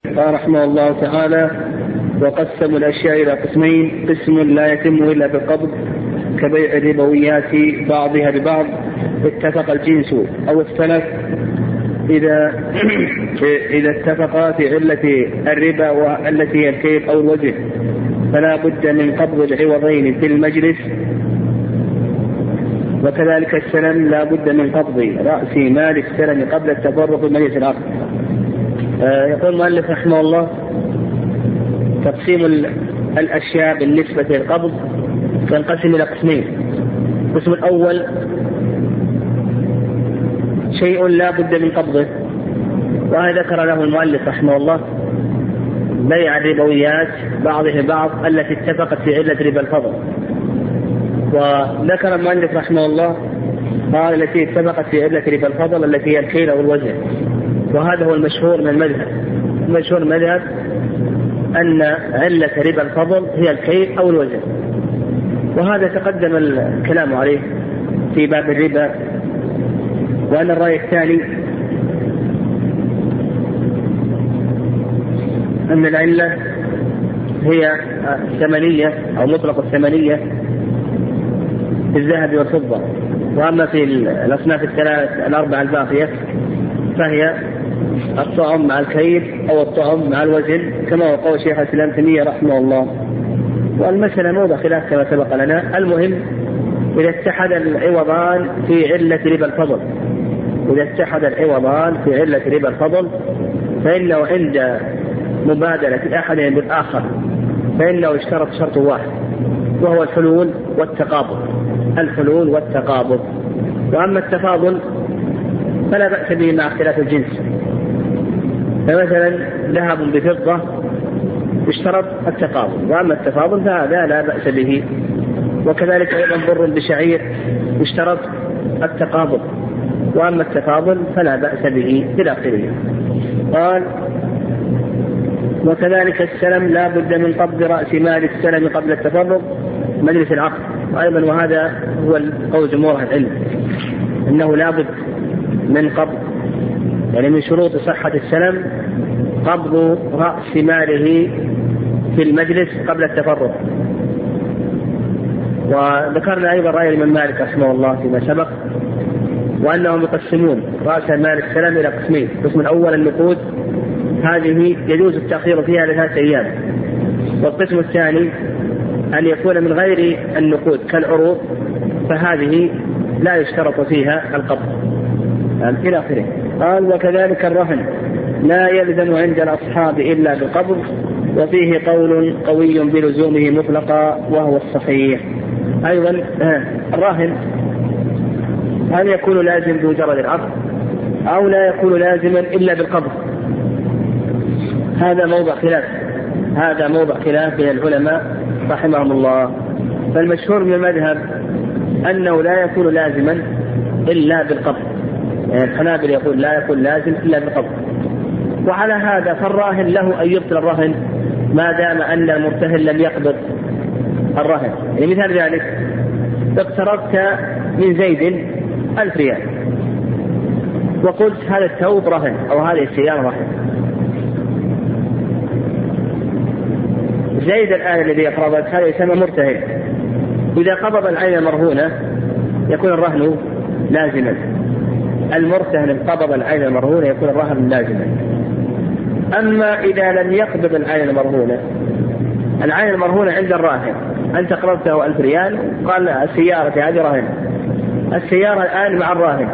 قال رحمه الله تعالى: وقسموا الأشياء إلى قسمين: قسم لا يتم إلا بالقبض كبيع الربويات بعضها ببعض اتفق الجنس أو السلف إذا اتفقا في علة الربا والتي هي الكيل أو الوجه، فلا بد من قبض العوضين في المجلس. وكذلك السلم لا بد من قبض رأس مال السلم قبل التفرق في مجلس العقد. يقول المؤلف رحمه الله: تقسيم الأشياء بالنسبة للقبض تنقسم إلى قسمين. القسم الأول شيء لا بد من قبضه، وهذا ذكر له المؤلف رحمه الله بيع الربويات بعضها بعض التي اتفقت في علة ربا الفضل. وذكر المؤلف رحمه الله قال التي اتفقت في علة ربا الفضل التي هي الكيل أو الوزن، وهذا هو المشهور من المذهب. المشهور من المذهب أن علة ربا الفضل هي الكيل أو الوزن، وهذا تقدم الكلام عليه في باب الربا. وأن الرأي الثاني أن العلة هي ثمنية أو مطلق الثمنية في الذهب والفضة، وأما في الأصناف الأربعة الباقية فهي الطعم مع الكيل أو الطعم مع الوزن، كما هو قول شيخ الإسلام ابن تيمية رحمه الله. والمسألة موضع خلاف كما سبق لنا. المهم إذا اتحد العوضان في علة ربا الفضل، إذا اتحد العوضان في علة ربا الفضل فإنه عند مبادلة أحدهم بالآخر فإنه اشترط شرط واحد، وهو الحلول والتقابض. الحلول والتقابض. وأما التفاضل فلا بأس به مع اختلاف الجنس، فمثلا ذهب بفضة اشترط التقابض، وأما التفاضل فهذا لا بأس به. وكذلك أيضا بر بشعير اشترط التقابض، وأما التفاضل فلا بأس به إلى آخره. قال: وكذلك السلم لا بد من قبض رأس مال السلم قبل التفرق مجلس العقد أيضا، وهذا هو قول جمهور العلم أنه لا بد من قبض، يعني من شروط صحة السلم قبض رأس ماله في المجلس قبل التفرق. وذكرنا أيضا رأي الإمام مالك رحمه الله فيما سبق، وأنهم يقسمون رأس مال السلم إلى قسمين: القسم الأول النقود، هذه يجوز التأخير فيها ل3 أيام. والقسم الثاني أن يكون من غير النقود كالعروض، فهذه لا يشترط فيها القبض إلى آخره. قال: وكذلك الرهن لا يلزم عند الأصحاب إلا بالقبض، وفيه قول قوي بلزومه مطلقا وهو الصحيح. أيضا الرهن هل يكون لازم بمجرد العقد أو لا يكون لازما إلا بالقبض؟ هذا موضع خلاف بين العلماء رحمهم الله. فالمشهور من المذهب أنه لا يكون لازما إلا بالقبض، يعني الحنابل يقول لا يكون لازم إلا بالقبض. وعلى هذا فالراهن له أن يبطل الرهن ما دام أن المرتهن لم يقبض الرهن. يعني مثال ذلك: اقترضت من زيد 1000 ريال وقلت هذا الثوب رهن أو هذه السيارة رهن. زيد الآن الذي أقرضت هذا يسمى مرتهن، إذا قبض العين المرهونة يكون الرهن لازما. المرتهن قبض العين المرهونة يكون الرهن لازما. أما إذا لم يقبض العين المرهونة، العين المرهونة عند الراهن، أنت قرضته 1000 ريال قال السيارة هذه رهن، السيارة الآن مع الراهن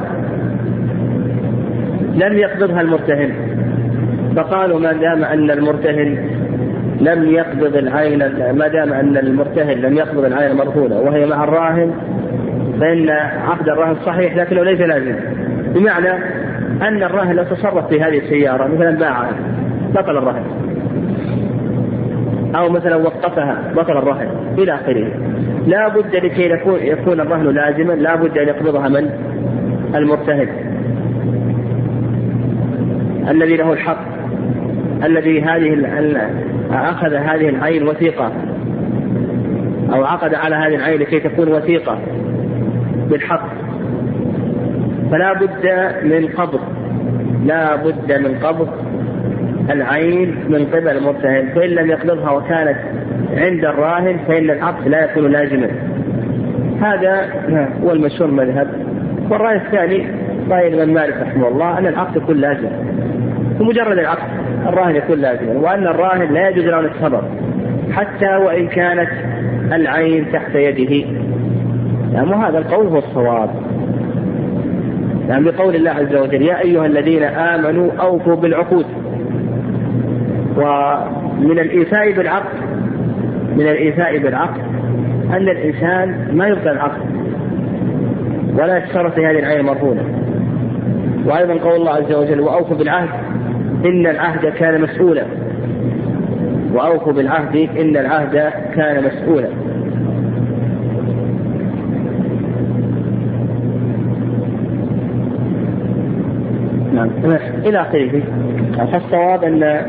لم يقبضها المرتهن، فقالوا ما دام أن المرتهن لم يقبض العين، ما دام أن المرتهن لم يقبض العين المرهونة وهي مع الراهن فإن عقد الرهن صحيح لكنه ليس لازم. بمعنى أن الراهن لو تصرف في هذه السيارة مثلا باعها بطل الرهن، أو مثلا وقفها بطل الرهن إلى آخره. لا بد لكي يكون الرهن لازما لا بد أن يقبضها من المرتهن الذي له الحق، الذي أخذ هذه العين وثيقة أو عقد على هذه العين لكي تكون وثيقة بالحق. فلا بد من قبض العين من قبل المرتهن، فإن لم يقبضها وكانت عند الراهن فإن العقد لا يكون لازما. هذا هو المشهور مذهب. والرأي الثاني رأي الإمام مالك رحمه الله أن العقد يكون لازم، ومجرد العقد الراهن يكون لازما، وأن الراهن لا يجوز له الصبر حتى وإن كانت العين تحت يده. يعني وهذا القول هو الصواب، يعني بقول الله عز وجل: يا أيها الذين آمنوا أوفوا بالعقود. ومن الإيفاء بالعقد أن الإنسان ما يبطل العقد ولا يتصرف في هذه العين المرهونة. وأيضا قول الله عز وجل: وأوفوا بالعهد إن العهد كان مسؤولا. وأوفوا بالعهد إن العهد كان مسؤولا. نعم إلى آخره. فالصواب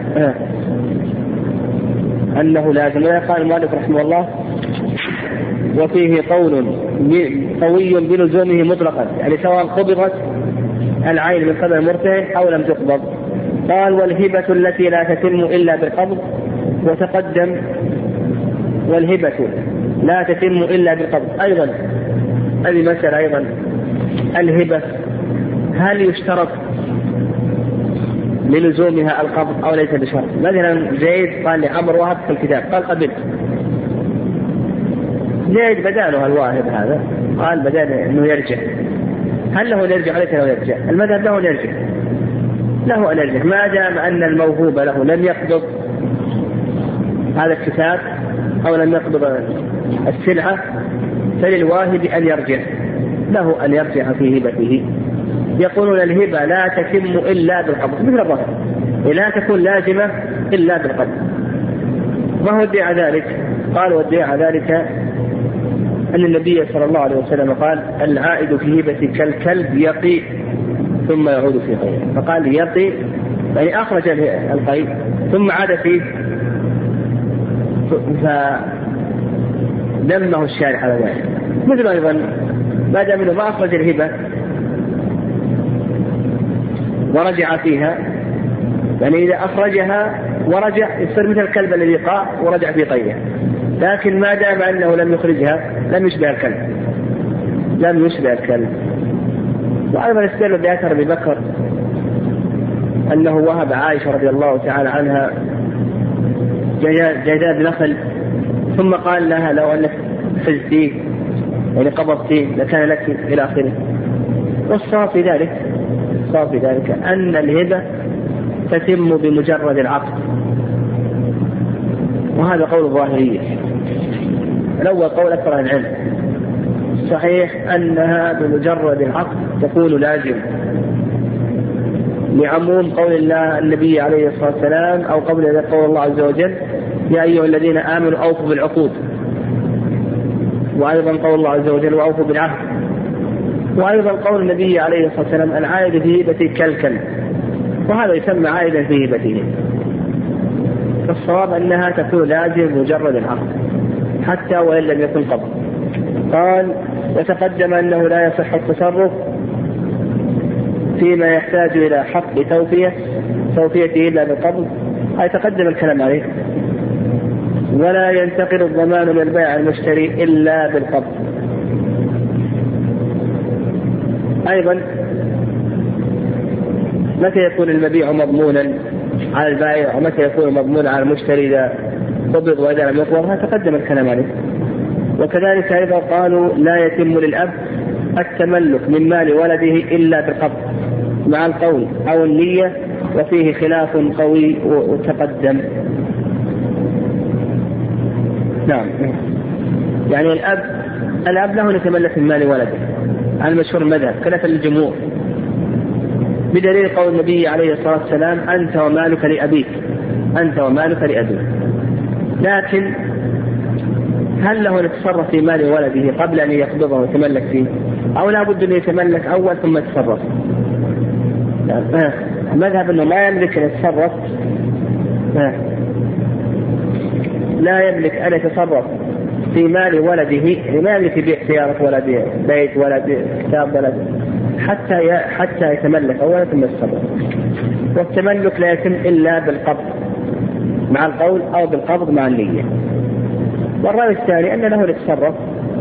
أنه لازم. قال المؤلف رحمه الله: وفيه قول قوي بلزومه مطلقا، يعني سواء قبضت العين من قبل المرتهن أو لم تقبض. قال: والهبة التي لا تتم إلا بالقبض. وتقدم والهبة لا تتم إلا بالقبض. أيضا هذه مسألة أيضا، الهبة هل يشترط للزومها القبض أو ليس بشرط؟ مثلا زيد قال لعمرو: وهب في الكتاب، قال قبلت. زيد بدأ الواهب هذا، قال بدأ أنه يرجع. هل له أن يرجع ليس له يرجع؟ المذهب له أن يرجع، له أن يرجع ما دام أن الموهوب له لم يقبض هذا الكتاب أو لم يقبض السلعة، فللواهب أن يرجع، له أن يرجع في هبته. يقولون الهبة لا تتم إلا بالقبض، مثل الرهن لا تكون لازمة إلا بالقبض. وهو ادعى ذلك، قال: وادعى ذلك أن النبي صلى الله عليه وسلم قال: العائد في هبة كالكلب يقي ثم يعود في قيد. فقال يقي يعني أخرج القيد ثم عاد فيه، فلمه الشارع على ذلك. مثل أيضا ما دام أنه ما أخرج الهبة ورجع فيها، يعني إذا أخرجها ورجع يصير مثل الكلب الذي قاع ورجع في قيدها. لكن ما دام أنه لم يخرجها لم يشبه الكلب. وأيضا استدل بأثر أبي بكر أنه وهب عائشة رضي الله تعالى عنها جيداد نخل، ثم قال لها: لو أنك فزتيه يعني قبضتيه لكان لك، إلى آخره. والصواب في ذلك أن الهبة تتم بمجرد العقد، وهذا قول الظاهرية. الأول قول أكثر العلم، صحيح أنها بمجرد العقد تكون لازم، لعموم قول الله النبي عليه الصلاة والسلام، أو قبل قول الله عز وجل: يا أيها الذين آمنوا أوفوا بالعقود. وأيضا قول الله عز وجل: وأوفوا بالعهد. وأيضا قول النبي عليه الصلاة والسلام: العائد في هبته كالكلب، وهذا يسمى عائدا في هبته. فالصواب أنها تكون لازم مجرد العقد حتى وإن لم يكن قبض. قال: وتقدم أنه لا يصح التصرف فيما يحتاج إلى حق توفيته إلا بالقبض، أي تقدم الكلام عليه. ولا ينتقل الضمان من البيع المشتري إلا بالقبض. أيضا متى يكون المبيع مضمونا على البائع ومتى يكون مضمونا على المشتري إذا قبض وإذا لم يقبض، هذا تقدم الكلام عليه. وكذلك أيضا قالوا: لا يتم للأب التملك من مال ولده إلا بالقبض مع القول أو النية، وفيه خلاف قوي وتقدم. نعم، يعني الأب له يتملك من مال ولده على المشهور المذهب خلافا للجمهور، بدليل قول النبي عليه الصلاة والسلام: أنت ومالك لأبيك. لكن هل له يتصرف في مال ولده قبل أن يقبضه ويتملك فيه، أو لا بد أن يتملك أول ثم يتصرف؟ مذهب أنه لا يملك أن يتصرف، لا يملك أن يتصرف في مال ولده، ما يملك يبيع سيارة ولا بيع بيت ولا بيع كتاب ولا بيع حتى يتملك أولا ثم يتصرف. والتملك لا يتم إلا بالقبض مع القول أو بالقبض مع النية. والرأي الثاني أن له يتصرف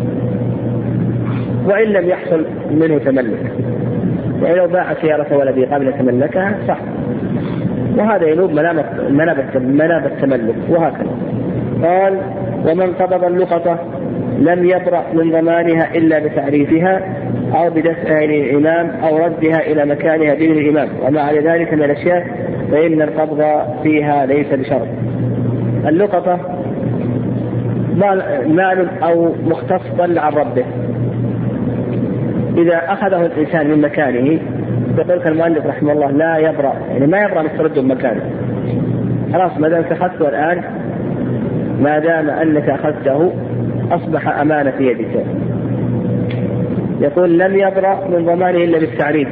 وإن لم يحصل منه تملك، يعني لو باع سيارة ولده قبل تملكها صح، وهذا ينوب مناب التملك. وهكذا قال: ومن قبض اللقطة لم يبرأ من ضمانها إلا بتعريفها أو بدفعها إلى الإمام أو ردها إلى مكانها بإذن الإمام وما على ذلك من الأشياء، فإن القبض فيها ليس بشرط. اللقطة مال أو مختص ضل عن ربه، إذا أخذه الإنسان من مكانه يقول المؤلف رحمه الله لا يبرأ، يعني ما يبرأ من ترده مكانه، خلاص ما دام أخذته الآن، ما دام أنك أخذته أصبح أمانة في يدك. يقول لم يبرأ من ضمانه إلا بالتعريف.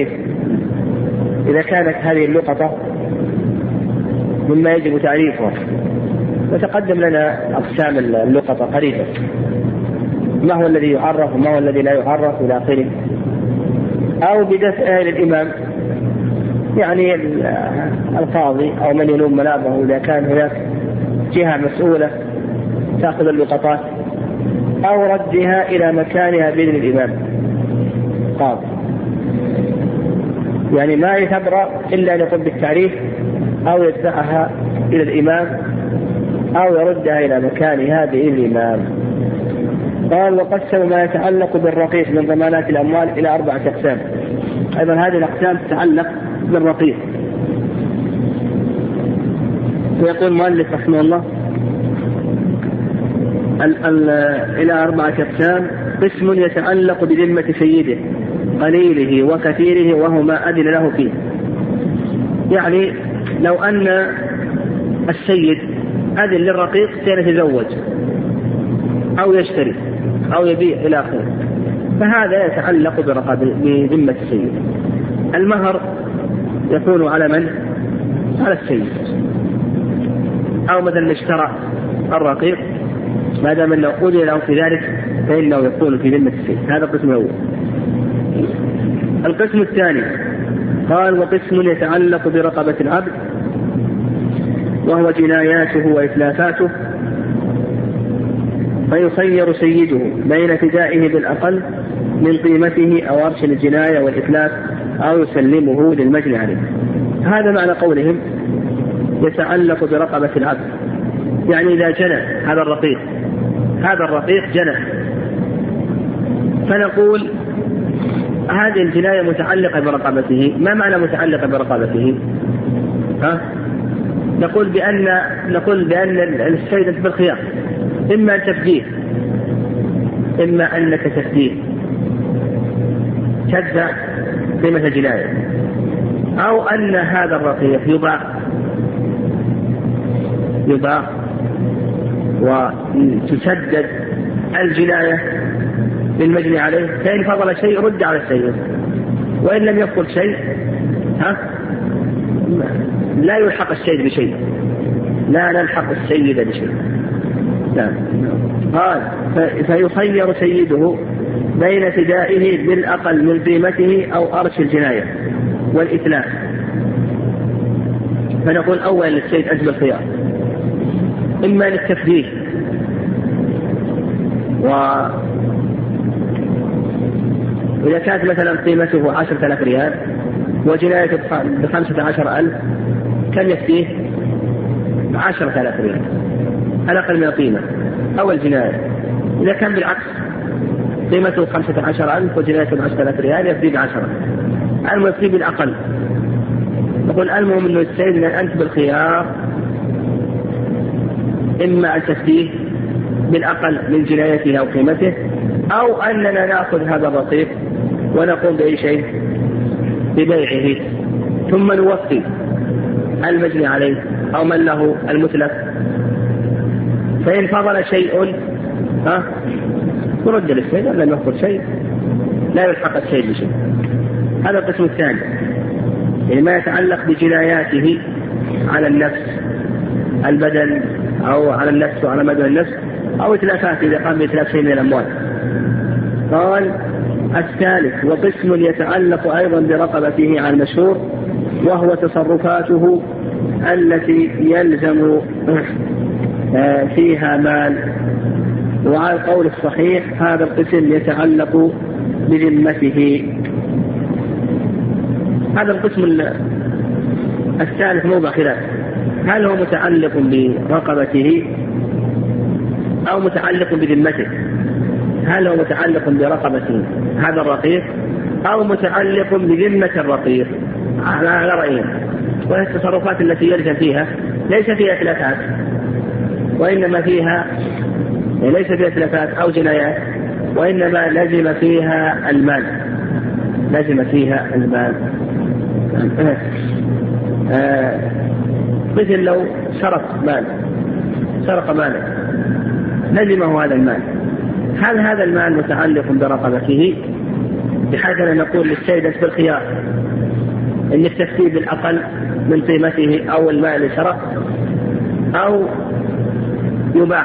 إذا كانت هذه اللقطة مما يجب تعريفها، وتقدم لنا أقسام اللقطة قريبا، ما هو الذي يعرف وما هو الذي لا يعرف إلى آخره، أو بدفعها إلى الإمام، يعني القاضي أو من يلوم منابه إذا كان هناك جهة مسؤولة تأخذ اللقطات، أو ردها إلى مكانها بإذن الإمام قاضي، يعني ما يتبرأ إلا أن يقوم بالتعريف أو يدفعها إلى الإمام أو يردها إلى مكانها بإذن الإمام. قال: وقسم ما يتعلق بالرقيق من ضمانات الأموال إلى 4 أقسام. أيضا هذه الأقسام تتعلق بالرقيق. ويقول المؤلف رحمه الله إلى 4 أقسام: قسم يتعلق بذمة سيده قليله وكثيره وهو ما أذن له فيه، يعني لو أن السيد أذن للرقيق سيتزوج أو يشتري أو يبيع إلى آخره، فهذا يتعلق بذمة السيد. المهر يكون على من؟ على السيد. أو مثلا اشترى الرقيق، ما دام أنه أذن له في ذلك فإنه يكون في ذمة السيد. هذا القسم الأول. القسم الثاني قال: وقسم يتعلق برقبة العبد وهو جناياته وإتلافاته، فيخير سيده بين فدائه بالأقل من قيمته أو أرش الجناية والإتلاف أو يسلمه للمجني عليه. هذا معنى قولهم يتعلق برقبة العبد، يعني إذا جنى هذا الرقيق جنى، فنقول هذه الجناية متعلقة برقبته. ما معنى متعلقة برقبته؟ نقول بأن السيد بالخيار، إما أن تفديه، إما أنك تفديه تدفع قيمة الجناية، أو أن هذا الرقيق يباع وتسدد الجناية للمجني عليه، فإن فضل شيء رد على السيد، وإن لم يفضل شيء لا يلحق السيد بشيء، لا نلحق السيد بشيء. قال: فيخير سيده بين فدائه بالأقل من قيمته أو أرش الجناية والإتلاف. فنقول أولا للسيد أجل الخيار، إما للتفديه، وإذا كانت مثلا قيمته 10,000 ريال وجنايته ب15,000، كم يفديه؟ 10,000 ريال الأقل من القيمة أو الجناية. إذا كان بالعكس قيمته 15,000 وجنايته ب10,000 ريال يفديه ب10، المهم يفديه بالأقل. نقول المهم أنه السيد أنت بالخيار، إما أن تفديه بالأقل من جنايته أو قيمته، أو أننا نأخذ هذا الرقيق ونقوم بأي شيء ببيعه ثم نوفي المجني عليه أو من له المتلف، فإن فضل شيء يرد للسيد، لم يفضل شيء لا يلحق السيد بشيء. هذا القسم الثاني، يعني ما يتعلق بجناياته على النفس، البدن أو على النفس وعلى مدى النفس، أو إتلافات إذا قام بإتلاف شيء من الأموال. قال: الثالث: وقسم يتعلق أيضا برقبته على المشهور وهو تصرفاته التي يلزم فيها مال. وعلى القول الصحيح هذا القسم يتعلق بذمته. هذا القسم الثالث موضع خلاف، هل هو متعلق برقبته أو متعلق بذمته؟ هل هو متعلق برقبة هذا الرقيق أو متعلق بذمة الرقيق؟ على رأيين. والتصرفات التي يلزم فيها ليس فيها اتلافات، وإنما فيها ليس فيها اتلافات أو جنايات، وإنما لزم فيها المال. لزم فيها المال. مثل لو سرق مالا لزمه هذا المال، هل هذا المال متعلق برقبته بحيث أن نقول للسيد بالخيار أن يستفتي بالأقل من قيمته أو المال اللي سرق، أو يباع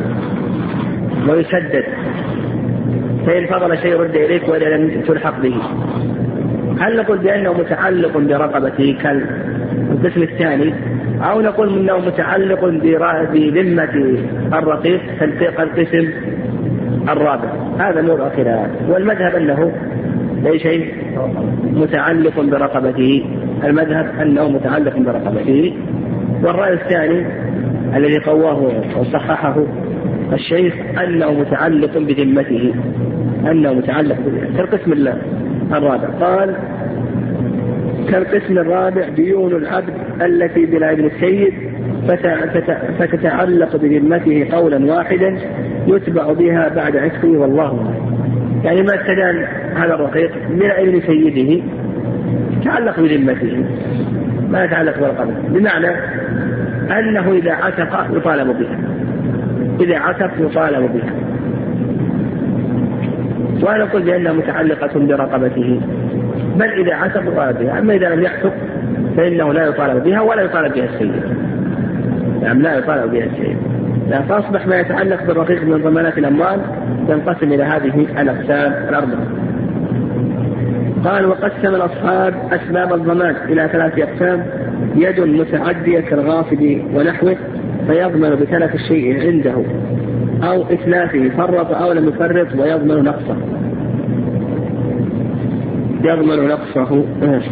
ويسدد فإن فضل شيء رد إليك وإذا لم تلحق به؟ هل نقول بأنه متعلق برقبته كالقسم الثاني، أو نقول أنه متعلق بذمة الرقيق كالقسم الرابع؟ هذا موضع خلاف. والمذهب أنه ليس متعلق برقبته، المذهب أنه متعلق برقبته. والرأي الثاني الذي قواه وصححه الشيخ أنه متعلق بذمته، أنه متعلق كالقسم الرابع. قال كالقسم الرابع ديون العبد التي بلا إذن السيد فتتعلق بذمته قولا واحدا يتبع بها بعد عتقه والله. يعني ما استدان هذا الرقيق بلا إذن سيده تعلق بذمته، ما يتعلق برقبته، بمعنى أنه إذا عتق يطالب بها، إذا عتق يطالب بها. ولا نقول بأنها متعلقة برقبته، بل إذا عتق يطالب بها. أما إذا لم يعتق فإنه لا يطالب بها ولا يطالب بها السيد. نعم، لا يطالب بها السيد. فأصبح ما يتعلق بالرقيق من ضمانات الأموال ينقسم إلى هذه الأقسام الأربعة. قال وقسم الأصحاب أسباب الضمان إلى 3 أقسام: يد متعدية كالغاصب ونحوه فيضمن بتلف الشيء عنده أو إتلافه، فرط أو لم يفرط ويضمن نقصه. يضمن نقصه.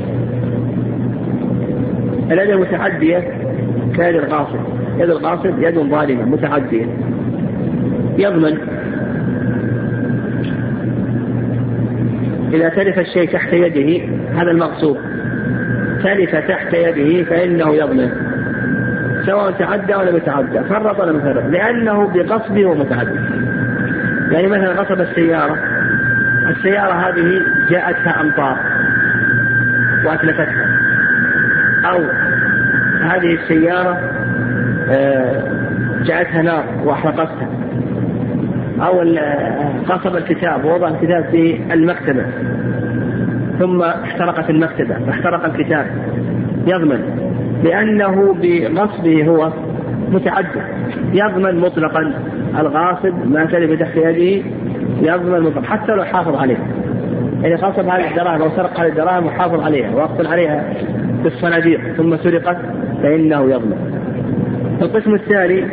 اليد المتعدية كيد الغاصب. يد الغاصب يد ظالمة متعدية، يضمن إذا تلف الشيء تحت يده، هذا المغصوب تلف تحت يده فإنه يضمن سواء تعدى ولا يتعدى، فرط ولا يفرط، لأنه بغصبه ومتعدى. يعني مثلا غصب السيارة هذه جاءتها أمطار وأتلفتها، أو هذه السيارة جاءتها نار وأحرقتها، أو غصب الكتاب ووضع الكتاب في المكتبة ثم احترقت المكتبة فاحترق الكتاب، يضمن لأنه بغصبه هو متعدد، يضمن مطلقا. الغاصب ما تلف تحت يده يضمن مطلقا حتى لو حافظ عليه. يعني غصب هذه الدراهم أو سرق هذه الدراهم وحافظ عليها وأقفل عليها بالصناديق ثم سرقت فإنه يضمن. القسم الثاني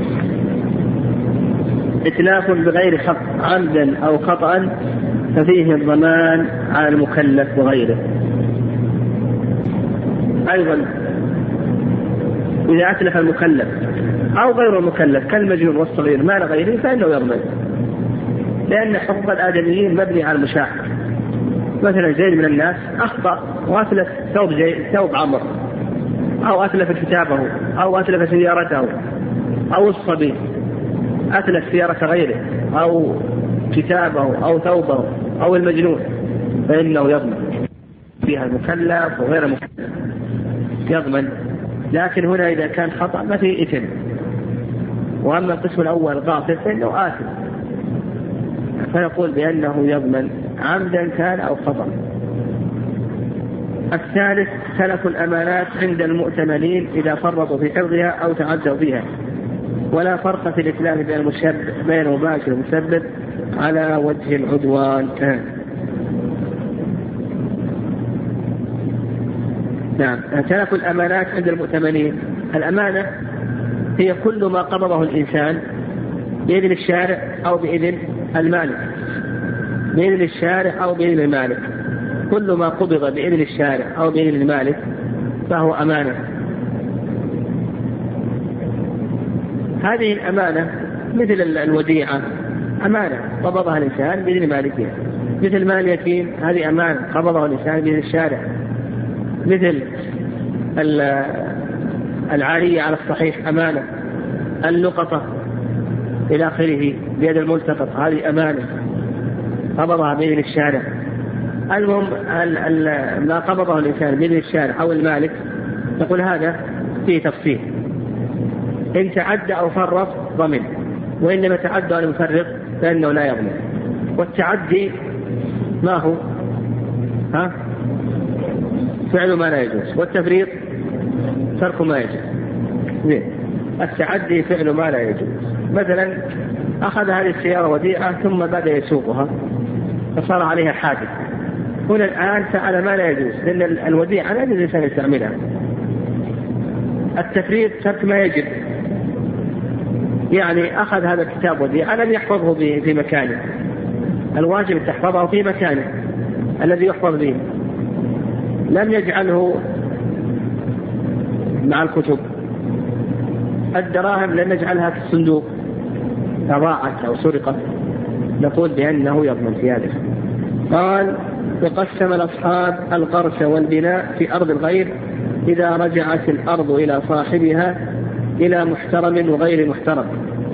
إتلاف بغير حق عمدا أو خطأ ففيه الضمان على المكلف وغيره. أيضا إذا أتلف المكلف أو غير المكلف كالمجنون والصغير مال غيره فإنه يضمن، لأن حقوق الآدميين مبني على المشاحة. مثلا زيد من الناس أخطأ وأتلف ثوب عمر، أو أتلف كتابه، أو أتلف سيارته، أو الصبي أتلف سيارة غيره أو كتابه أو ثوبه، أو المجنون، فإنه يضمن فيها المكلف وغير المكلف يضمن. لكن هنا إذا كان خطأ ما فيه إثم. وأما القسم الأول غافل فإنه آثم، فنقول بأنه يضمن عمدا كان أو خطأ. الثالث سلف الأمانات عند المؤتمنين إذا فرطوا في حفظها أو تعدوا فيها، ولا فرق في الإتلاف بين مباشر المسبب على وجه العدوان. نعم. تلف الأمانات عند المؤتمنين. الأمانة هي كل ما قبضه الإنسان بإذن الشارع أو بإذن المالك، بإذن الشارع أو بإذن المالك. كل ما قبض بإذن الشارع أو بإذن المالك فهو أمانة. هذه الأمانة مثل الوديعة، أمانة قبضها الإنسان بإذن مالكها. مثل مال اليتيم، هذه أمانة قبضها الإنسان بإذن الشارع. مثل العارية على الصحيح أمانة. اللقطة إلى آخره بيد الملتقط، هذه أمانة قبضها بإذن الشارع. المهم ما قبضه الإنسان بإذن الشارع أو المالك نقول هذا فيه تفصيل. إن تعدى أو فرط ضمن، وإن لم يتعدى أو يفرط فإنه لا يضمن. والتعدي ما هو؟ فعل ما لا يجوز، والتفريط ترك ما يجوز. التعدي فعل ما لا يجوز. مثلا أخذ هذه السيارة وديعة ثم بدأ يسوقها فصار عليها حادث، هنا الآن فعل ما لا يجوز، لأن الوديعة لا يجوز الإنسان يستعملها. التفريط ترك ما يجب، يعني أخذ هذا الكتاب وديعة لم يحفظه في مكانه، الواجب تحفظه في مكانه الذي يحفظ به، لم يجعله مع الكتب. الدراهم لم نجعلها في الصندوق ضاعت أو سرقت، نقول بأنه يضمن في هذا. قال: وقسم الأصحاب القرش والبناء في أرض الغير إذا رجعت الأرض إلى صاحبها إلى محترم وغير محترم.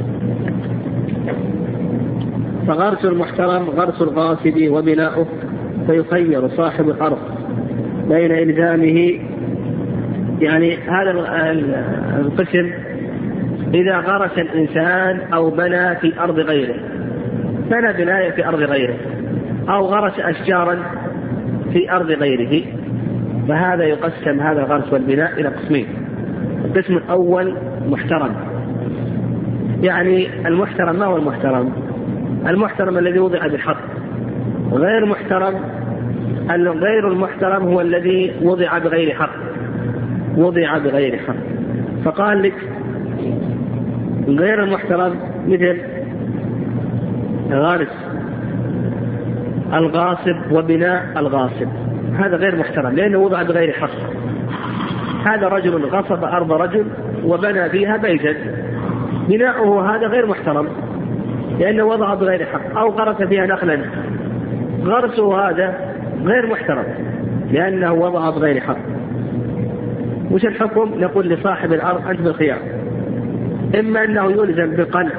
فغرس المحترم غرس الغاصب وبناؤه، فيخير صاحب الأرض بين إلزامه، يعني هذا القسم إذا غرس الإنسان أو بنى في أرض غيره، بنى بناية في أرض غيره أو غرس أشجارا في أرض غيره، فهذا يقسم هذا الغرس والبناء إلى قسمين. القسم الأول محترم، يعني المحترم ما هو المحترم؟ المحترم الذي وضع بالحق. غير محترم، غير المحترم هو الذي وضع بغير حق، وضع بغير حق. فقال لك غير المحترم مثل غارس الغاصب وبناء الغاصب، هذا غير محترم لأنه وضع بغير حق. هذا رجل غصب أرض رجل وبنى فيها بيتا، بناؤه هذا غير محترم لأنه وضع بغير حق. أو غرس فيها نخلا، غرسه هذا غير محترم لأنه وضع بغير حق. وش الحكم؟ نقول لصاحب الأرض أنت بالخيار، إما أنه يلزم بقلع،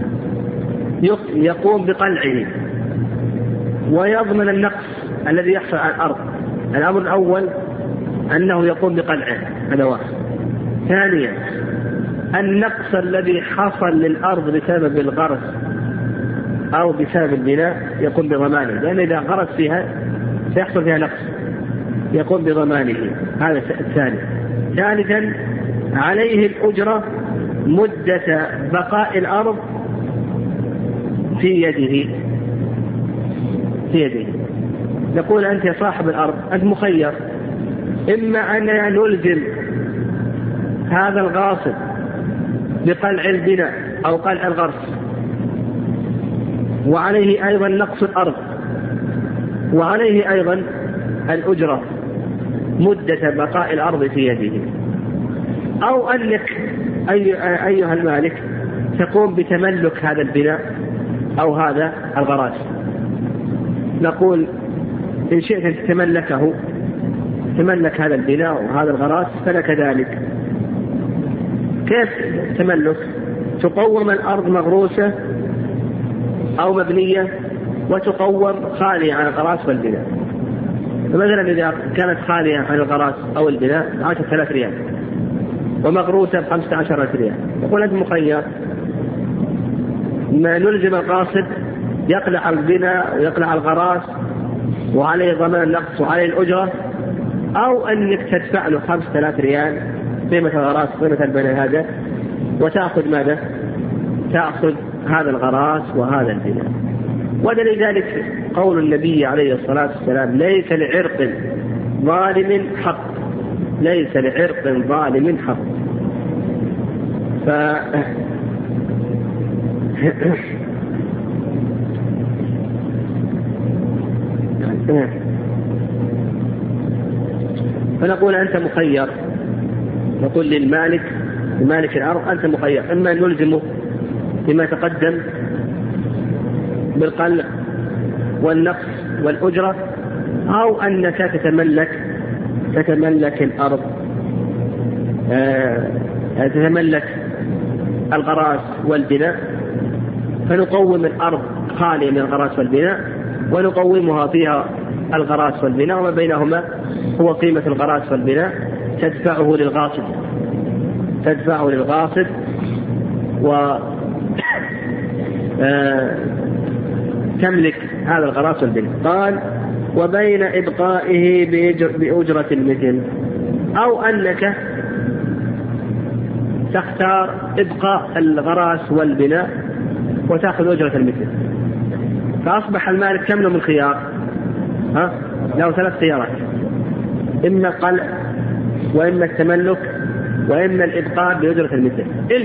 يقوم بقلعه ويضمن النقص الذي يحصل على الأرض. الأمر الأول أنه يقوم بقلعه، هذا واحد. ثانيا النقص الذي حصل للأرض بسبب الغرس أو بسبب البناء يقوم بضمانه، لأن إذا غرس فيها سيحصل فيها نقص، يقوم بضمانه. هذا الثاني. ثالثا عليه الأجرة مدة بقاء الأرض في يده، في يده. نقول أنت يا صاحب الأرض أنت مخير، إما أن نلزم هذا الغاصب بقلع البناء أو قلع الغرس، وعليه أيضا نقص الأرض، وعليه أيضا الأجرة مدة بقاء الأرض في يده. أو أنك أيها المالك تقوم بتملك هذا البناء أو هذا الغراس. نقول إن شئت أن تتملكه، تملك هذا البناء وهذا الغراس فلك ذلك. كيف تملك؟ تقوم الأرض مغروسة أو مبنية وتقوم خالية عن الغراس والبناء. فمثلا إذا كانت خالية عن الغراس أو البناء 10,000 ريال ومغروسة ب15,000 ريال، يقول أنت مخير، ما نلزم القاصد يقلع البناء ويقلع الغراس وعليه ضمان النقص وعليه الأجرة، أو أنك تدفع له 5,000 ريال قيمة الغراس قيمة البناء هذا، وتأخذ ماذا؟ تأخذ هذا الغراس وهذا البناء. ودليل ذلك قول النبي عليه الصلاة والسلام: ليس لعرق ظالم حق ليس لعرق ظالم حق. فنقول أنت مخير، نقول لمالك الأرض أنت مخير، إما أن نلزمه بما تقدم بالقلع والنقص والأجرة، أو أنك تتملك الأرض، تتملك الغراس والبناء، فنقوم الأرض خالية من الغراس والبناء ونقومها فيها الغراس والبناء، وما بينهما هو قيمة الغراس والبناء تدفعه للغاصب تملك هذا الغراس والبناء. قال وبين إبقائه بأجرة المثل، أو أنك تختار إبقاء الغراس والبناء وتأخذ أجرة المثل. فأصبح المالك كم له من خيار؟ له 3 خيارات، إما القلع وإما التملك وإما الإبقاء بأجرة المثل،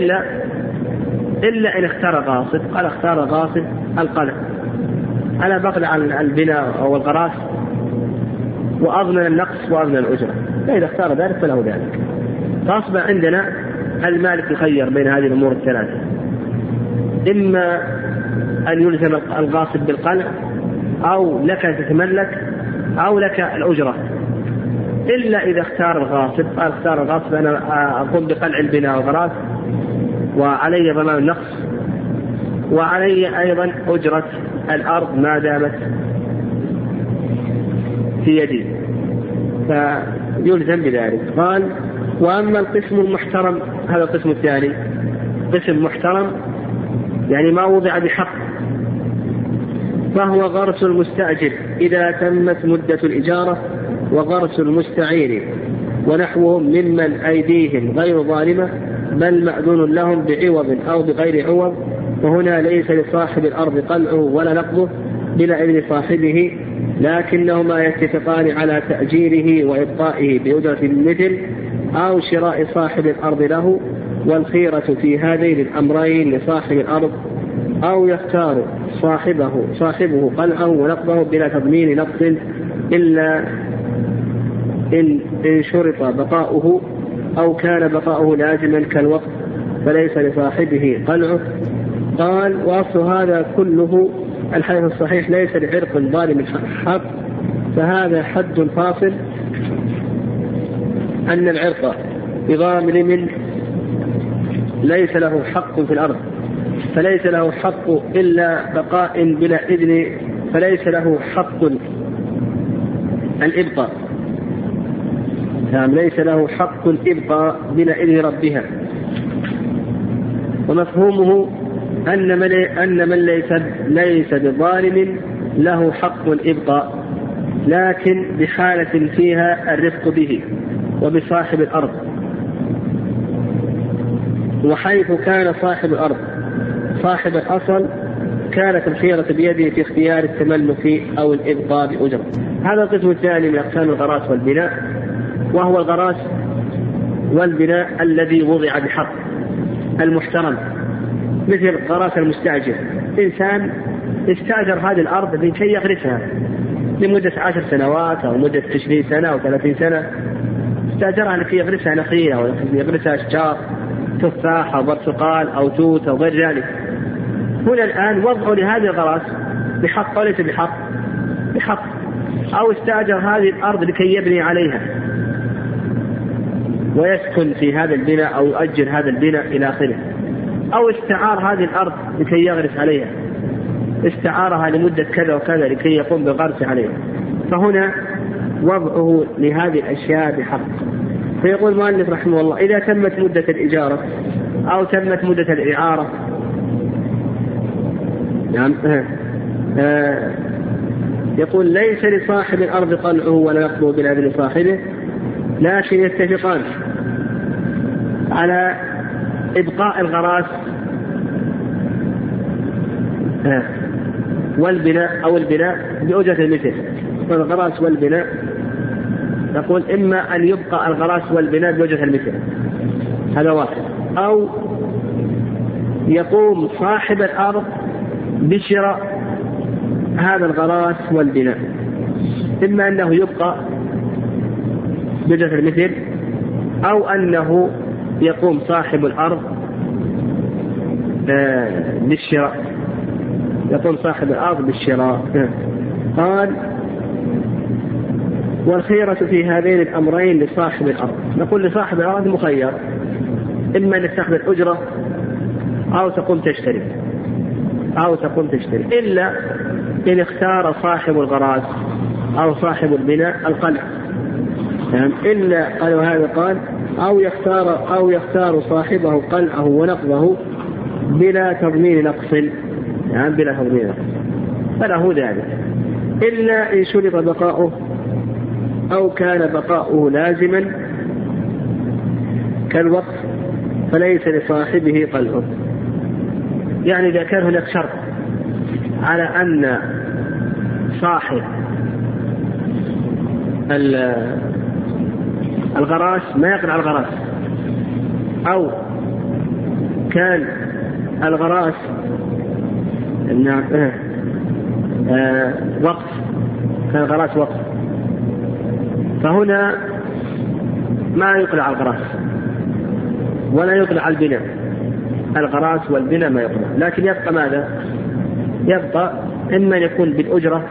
إلا إن اختار غاصب. قال اختار غاصب القلع، أنا بقلع عن البناء أو الغراس وأضمن النقص وأضمن الأجرة، فإذا اختار ذلك فله ذلك. فأصبح عندنا المالك يخير بين هذه الأمور الثلاثة، إما أن يلزم الغاصب بالقلع، أو لك أن تتملك، أو لك الأجرة، إلا إذا اختار الغاصب. قال اختار الغاصب أنا أقوم بقلع البناء والغراس وعلي ضمان النقص وعلي أيضا أجرة الأرض ما دامت في يدي، فيلزم بذلك. قال وأما القسم المحترم، هذا القسم الثاني، قسم محترم يعني ما وضع بحق، فهو غرس المستأجر إذا تمت مدة الإجارة، وغرس المستعير ونحوهم ممن أيديهم غير ظالمة بل مأذون لهم بعوض أو بغير عوض، وهنا ليس لصاحب الأرض قلعه ولا نقضه بلا إذن صاحبه، لكنهما يتفقان على تأجيره وإبقائه بأجرة المثل أو شراء صاحب الأرض له، والخيرة في هذين الأمرين لصاحب الأرض، أو يختار صاحبه قلعه ونقضه بلا تضمين نقص إلا إن شرط بقاؤه أو كان بقاؤه لازما كالوقت فليس لصاحبه قلعه. قال وأصل هذا كله الحديث الصحيح ليس لعرق ظالم حق، فهذا حد فاصل أن العرق بظالم ليس له حق في الأرض، فليس له حق إلا بقاء بلا إذن، فليس له حق الإبقاء، ليس له حق الإبقاء بلا إذن ربها. ومفهومه أن من ليس بظالم له حق الإبقاء، لكن بحالة فيها الرفق به وبصاحب الأرض، وحيث كان صاحب الأرض صاحب الأصل كانت الخيرة بيده في اختيار التملك أو الإبقاء بأجرة. هذا القسم الثاني من أقسام الغراس والبناء، وهو الغراس والبناء الذي وضع بحق المحترم، مثل غراس المستأجر. إنسان استأجر هذه الأرض لكي يغرسها لمدة 10 سنوات أو مدة 20 سنة أو 30 سنة، استأجرها لكي يغرسها نخيل أو يغرسها أشجار تفاح أو برتقال أو توت أو غير ذلك. هنا الآن وضعوا لهذه الغراس بحق وليس بحق، أو استأجر هذه الأرض لكي يبني عليها ويسكن في هذا البناء أو يؤجر هذا البناء إلى آخره، أو استعار هذه الأرض لكي يغرس عليها، استعارها لمدة كذا وكذا لكي يقوم بالغرس عليها. فهنا وضعه لهذه الأشياء بحق. فيقول المؤلف رحمه الله إذا تمت مدة الإجارة أو تمت مدة الإعارة، يقول ليس لصاحب الأرض قلعه ولا نقضه بلا إذن صاحبه، لكن يتفقان على إبقاء الغراس والبناء أو البناء بأجرة المثل، والغراس والبناء نقول إما أن يبقى الغراس والبناء بوجه المثل، هذا واحد، أو يقوم صاحب الأرض بشراء هذا الغراس والبناء، إما أنه يبقى بوجه المثل أو أنه يقوم صاحب الأرض بالشراء، يقوم صاحب الأرض بالشراء. قال والخيرة في هذين الأمرين لصاحب الأرض. نقول لصاحب الأرض مخير، إما أن تأخذ الأجرة أو تقوم تشتري، إلا إن اختار صاحب الغراس أو صاحب البناء القلع، يعني إلا قالوا هذا قال أو يختار صاحبه قلعه ونقضه بلا تضمين نقص، يعني بلا تضمين نقص، فله ذلك، إلا إن شرط بقاؤه أو كان بقاؤه لازما كالوقف فليس لصاحبه قلعه. يعني إذا كان هناك شرط على أن صاحب الغراس ما يقلع الغراس، أو كان الغراس وقف، كان الغراس وقف، فهنا ما يقلع الغراس ولا يقلع البناء، الغراس والبناء ما يقلع، لكن يبقى ماذا؟ يبقى إما يكون بالأجرة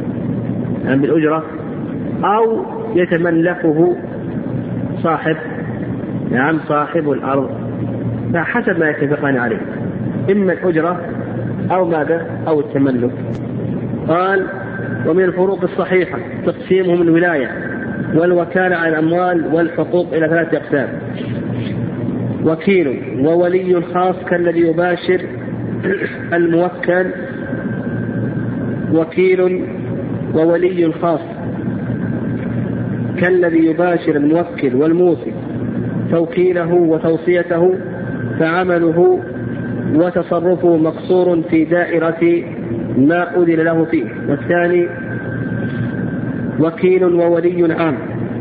أو يتملكه صاحب الأرض، حسب ما يتفقان عليه، إما الأجرة أو ماذا؟ أو التملك. قال ومن الفروق الصحيحة تقسيمهم الولاية والوكالة على الأموال والحقوق إلى 3 أقسام: وكيل وولي خاص كالذي يباشر الموكل، وكيل وولي خاص كالذي يباشر الموكل والموصي توكيله وتوصيته، فعمله وتصرفه مقصور في دائرة ما أذن له فيه. والثاني وكيل وولي عام.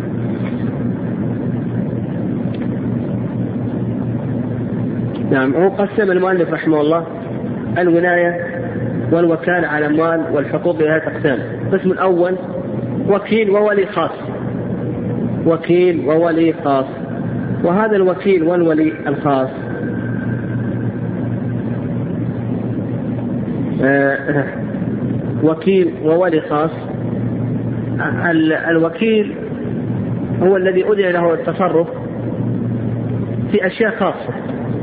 نعم، هو قسم المؤلف رحمه الله الولاية والوكالة على الأموال والحقوق إلى 3 أقسام. القسم الأول وكيل وولي خاص، وهذا الوكيل والولي الخاص وكيل وولي خاص. الوكيل هو الذي أذن له التصرف في أشياء خاصة،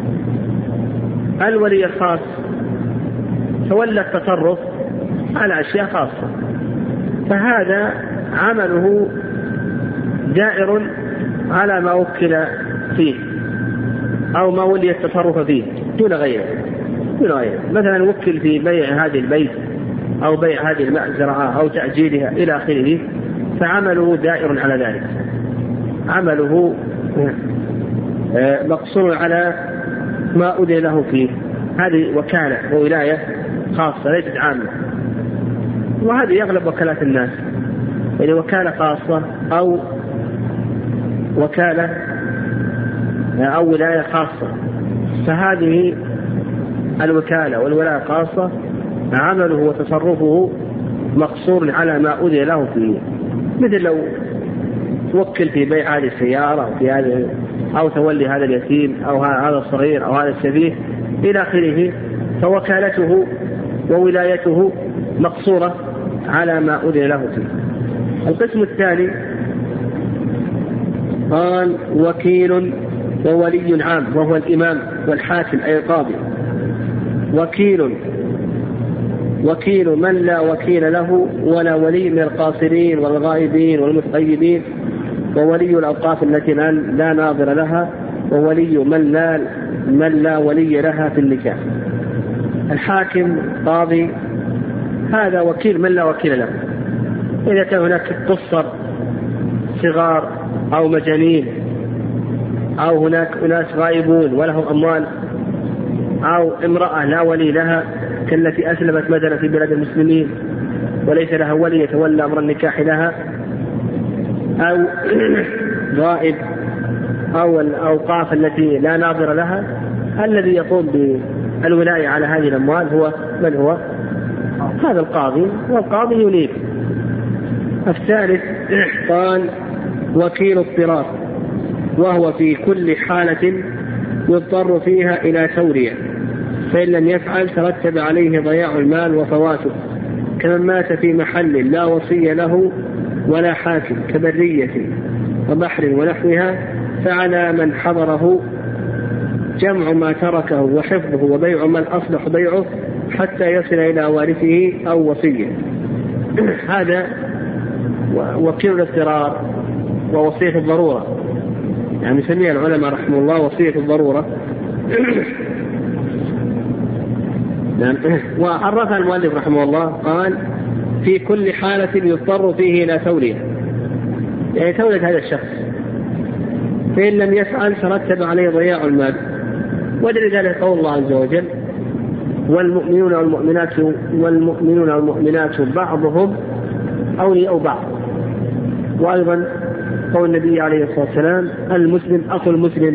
الولي الخاص تولى التصرف على أشياء خاصة، فهذا عمله دائر على ما وكل فيه أو ما ولي التصرف فيه دون غيره. مثلا وكل في بيع هذه البيت أو بيع هذه المزرعة أو تأجيلها إلى آخره، فعمله دائر على ذلك، عمله مقصور على ما أذن له فيه. هذه وكالة وولاية خاصة ليست عامة، وهذه يغلب وكالات الناس، يعني وكالة خاصة أو وكالة أو ولاية خاصة. فهذه الوكالة والولاية خاصة عمله وتصرفه مقصور على ما أذن له فيه، مثل لو توكل في بيع هذه السيارة أو في هذا أو تولي هذا اليتيم أو هذا الصغير أو هذا السفيه إلى آخره، فوكالته وولايته مقصورة على ما أذن له فيه. القسم الثاني قال وكيل وولي عام، وهو الإمام والحاكم أي القاضي. وكيل من لا وكيل له ولا ولي من القاصرين والغائبين والمتغيبين، وولي الأوقاف التي لا ناظر لها، وولي من لا ولي لها في النكاح. الحاكم قاضي هذا وكيل من لا وكيل له. إذا كان هناك قصر صغار أو مجانين أو هناك أناس غائبون ولهم أموال، أو امرأة لا ولي لها كالتي أسلمت مثلا في بلاد المسلمين وليس لها ولي يتولى أمر النكاح لها، أو غائب أو الأوقاف التي لا ناظر لها، الذي يقوم بالولاية على هذه الأموال هو من هو؟ هذا القاضي، والقاضي ينيب. الثالث قال وكيل اضطرار، وهو في كل حالة يضطر فيها إلى تورية، فإن لم يفعل ترتب عليه ضياع المال وفواته، كمن مات في محل لا وصي له ولا حاكم كبرية وبحر ونحوها، فعلى من حضره جمع ما تركه وحفظه وبيع ما الأصلح بيعه حتى يصل إلى وارثه أو وصيه. هذا وكيل الاضطرار ووصية الضرورة، يعني يسميها العلماء رحمه الله وصية الضرورة. وعرفها المؤلف رحمه الله قال في كل حالة يضطر فيه إلى تولية، يعني تولية هذا الشخص، فإن لم يفعل ترتب عليه ضياع المال. ولذلك قول الله عز وجل والمؤمنون والمؤمنات بعضهم أولياء بعض. وأيضا قول النبي عليه الصلاة والسلام المسلم أخو المسلم.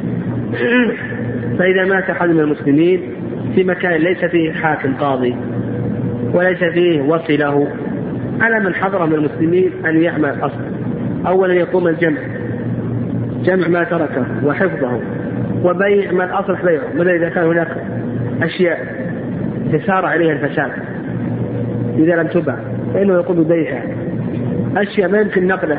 فإذا مات أحد من المسلمين في مكان ليس فيه حاكم قاضي وليس فيه وصي له، على من حضر من المسلمين أن يعمل الأصل. أولا يقوم جمع ما تركه وحفظه وبيع ما الأصلح بيعه، ماذا إذا كان هناك أشياء تسارع عليها الفساد إذا لم تباع فإنه يقوم ببيعها، أشياء ما يمكن نقله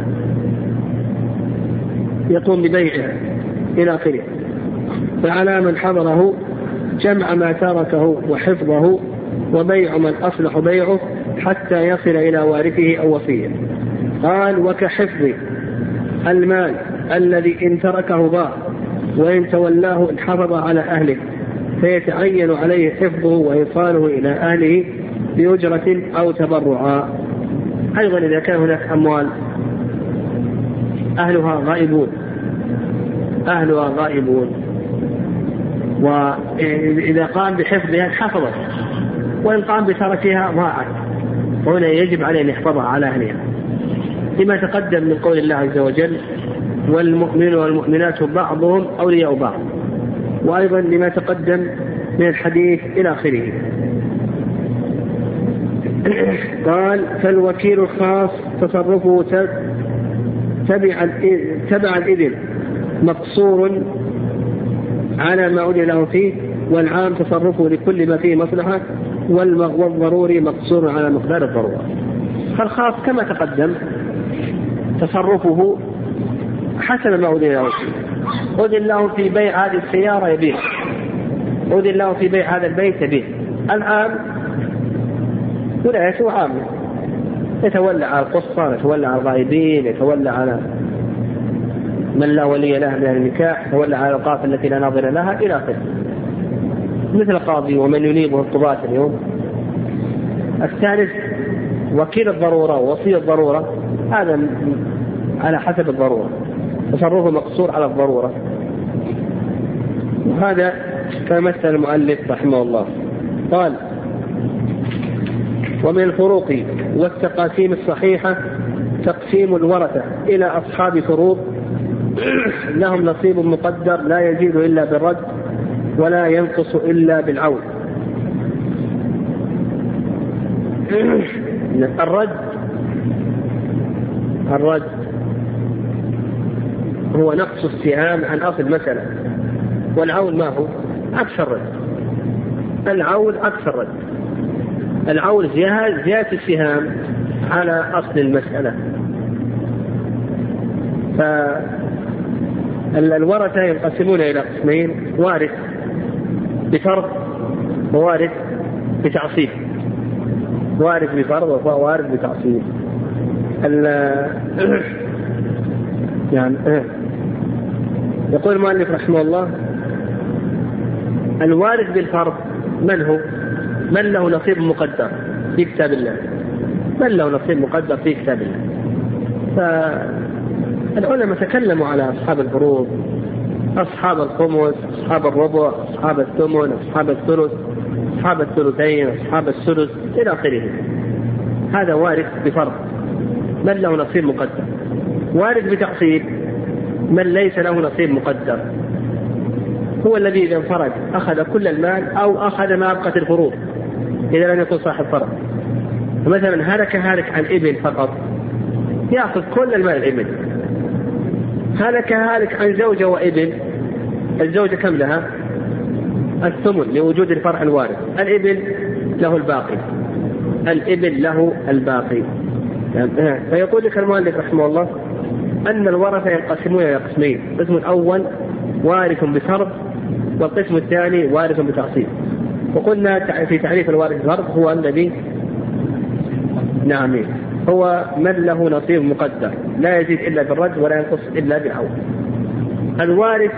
يقوم ببيعها إلى آخره. فعلى من حضره جمع ما تركه وحفظه وبيع من أصلح بيعه حتى يصل إلى وارثه أو وصيه. قال وكحفظ المال الذي إن تركه ضاع وإن تولاه انحفظ على أهله، فيتعين عليه حفظه وإيصاله إلى أهله بأجرة أو تبرعا. أيضا إذا كان هناك أموال أهلها غائبون وإذا قام بحفظها حفظت، وإن قام بتركها ضاعت، وهنا يجب عليه أن يحفظها على أهلها لما تقدم من قول الله عز وجل والمؤمنون والمؤمنات بعضهم أولياء بعض، وأيضا لما تقدم من الحديث إلى آخره. قال فالوكيل الخاص تصرفه تبع الإذن مقصور على ما أذن له فيه، والعام تصرفه لكل ما فيه مصلحة، والضروري مقصور على مقدار الضرورة. فالخاص كما تقدم تصرفه حسب ما أذن له فيه، أذن له في بيع هذه السيارة يبيع، أذن له في بيع هذا البيت يبيع. العام ولايته عامة، يتولى على القصة، يتولى على الغائبين، يتولى على من لا ولي له من النكاح، يتولى على الأوقاف التي لا ناظر لها إلى آخره، مثل قاضي ومن ينيبه القضاة اليوم. الثالث وكيل الضرورة ووصي الضرورة، هذا على حسب الضرورة، تصرفه مقصور على الضرورة. وهذا كمثل المؤلف رحمه الله. قال ومن الفروق والتقاسيم الصحيحة تقسيم الورثة إلى أصحاب فروض لهم نصيب مقدر لا يزيد إلا بالرد ولا ينقص إلا بالعون. الرد هو نقص السهام عن أصل مسألة، والعون ما هو؟ عكس الرد. العون عكس الرد. العون زيادة السهام على أصل المسألة. فالورثة ينقسمون إلى قسمين: وارث بفرض ووارث بتعصيب. وارث بفرض ووارث بتعصيب. يعني يقول المؤلف رحمه الله الوارث بالفرض من هو؟ من له نصيب مقدر في كتاب الله، من له نصيب مقدر في كتاب الله. فالعلماء تكلموا على أصحاب الفروض، أصحاب الخمس، أصحاب الربع، أصحاب الثمن، أصحاب الثلث، أصحاب الثلثين، أصحاب السدس إلى آخره. هذا وارث بفرض من له نصيب مقدر. وارث بتعصيب من ليس له نصيب مقدر، هو الذي إذا انفرد أخذ كل المال أو أخذ ما أبقت الفروض إذا لم يكن صاحب فرض. فمثلا هلك عن ابن فقط يأخذ كل المال الابن، هلك عن زوجة وابن، الزوجة كم لها؟ الثمن لوجود الفرع الوارث، الابن له الباقي، الابن له الباقي. فيقول لك المؤلف رحمه الله أن الورثة ينقسمون إلى قسمين، القسم الأول وارث بفرض والقسم الثاني وارث بتعصيب. وقلنا في تعريف الوارث بفرض هو الذي هو من له نصيب مقدر لا يزيد إلا بالرد ولا ينقص إلا بالعوض. الوارث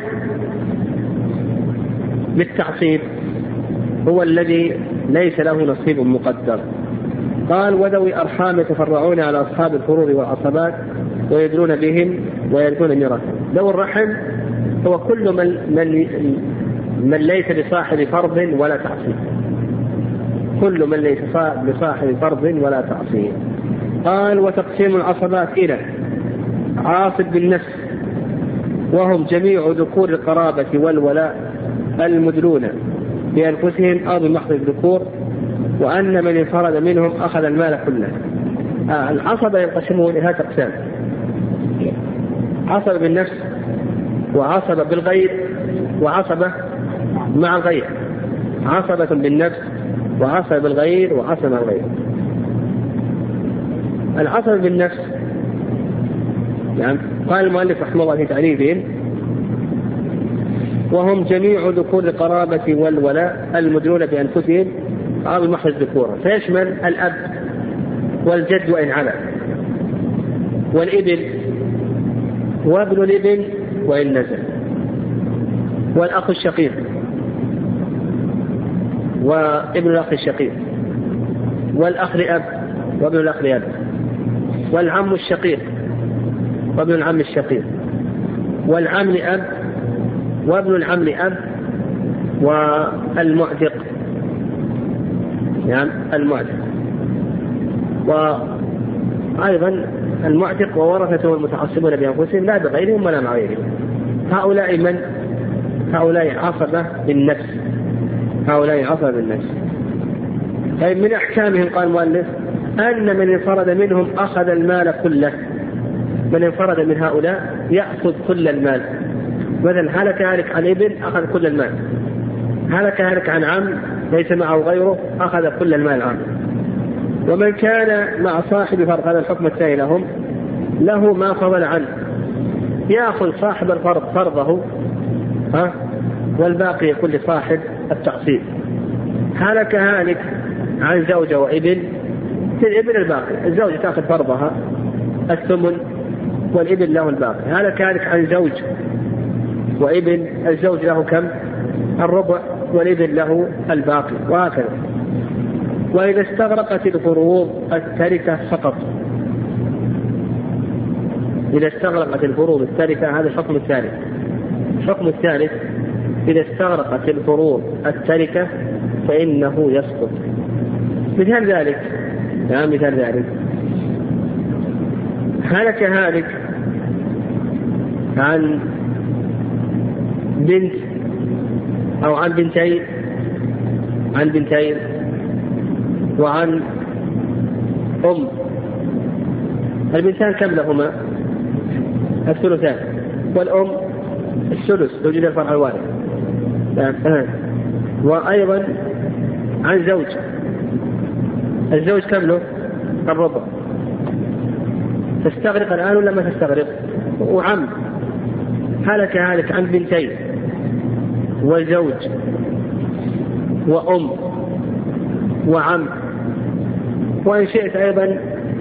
بالتعصيب هو الذي ليس له نصيب مقدر. قال وذوي أرحام يتفرعون على أصحاب الفروض والعصبات ويدلون بهم ويرثون ميراثهم. ذوي الرحم هو كل من ليس بصاحب فرض ولا تعصيب، كل من ليس بصاحب فرض ولا تعصيب. قال وتقسيم العصبات إلى عاصب بالنفس وهم جميع ذكور القرابة والولاء المدلون بأنفسهم أو بمحض الذكور، وأن من انفرد منهم أخذ المال كله. العصبة ينقسمون إلى أقسام: عصبة بالنفس وعصبة بالغير وعصبة مع الغير، عصبة بالنفس وعصبة بالغير وعصبة مع الغير. العصبة بالنفس قال المؤلف رحمه الله في تعريفهم وهم جميع ذكور القرابة والولاء المدلون بأنفسهم أو بمحض الذكورة، فيشمل الأب والجد وإن علا، والابن وابن الابن وإن نزل، والأخ الشقيق وابن الأخ الشقيق، والأخ لأب وابن الأخ لأب، والعم الشقيق وابن العم الشقيق، والعم لأب وابن العم لأب، والمعتق المعتق، وأيضا المعتق وورثته المتعصبون بأنفسهم لا بغيرهم ولا مع غيرهم. هؤلاء عصبة بالنفس، هؤلاء عصبة بالنفس. طيب من أحكامهم قال المؤلف أن من انفرد منهم أخذ المال كله، من انفرد من هؤلاء يأخذ كل المال. مثلا هلك عن ابن أخذ كل المال، هلك عن عم ليس معه غيره أخذ كل المال العام. ومن كان مع صاحب فرض، هذا الحكم الثاني لهم، له ما فضل عنه يأخذ صاحب الفرض فرضه والباقي يكون لصاحب التعصيب. هلك عن زوجة وابن، الابن الباقي، الزوجة تأخذ فرضها الثمن والابن له الباقي. هلك عن زوج وابن، الزوج له كم؟ الربع والابن له الباقي، وهكذا. وإذا استغرقت الفروض التركة فقط، إذا استغرقت الفروض التركة، هذا الحكم الثالث. الحكم الثالث إذا استغرقت الفروض التركة فإنه يسقط. مثال ذلك هلك عن بنت أو عن بنتين وعن البنتان كم لهما؟ الثلثان، والأم الثلث لو وجد الفرع الوارث. وأيضا عن زوج، الزوج كم له؟ الربع. تستغرق الآن ولا ما تستغرق؟ وعم هلك عن بنتين وزوج وأم وعم، وإن شئت أيضا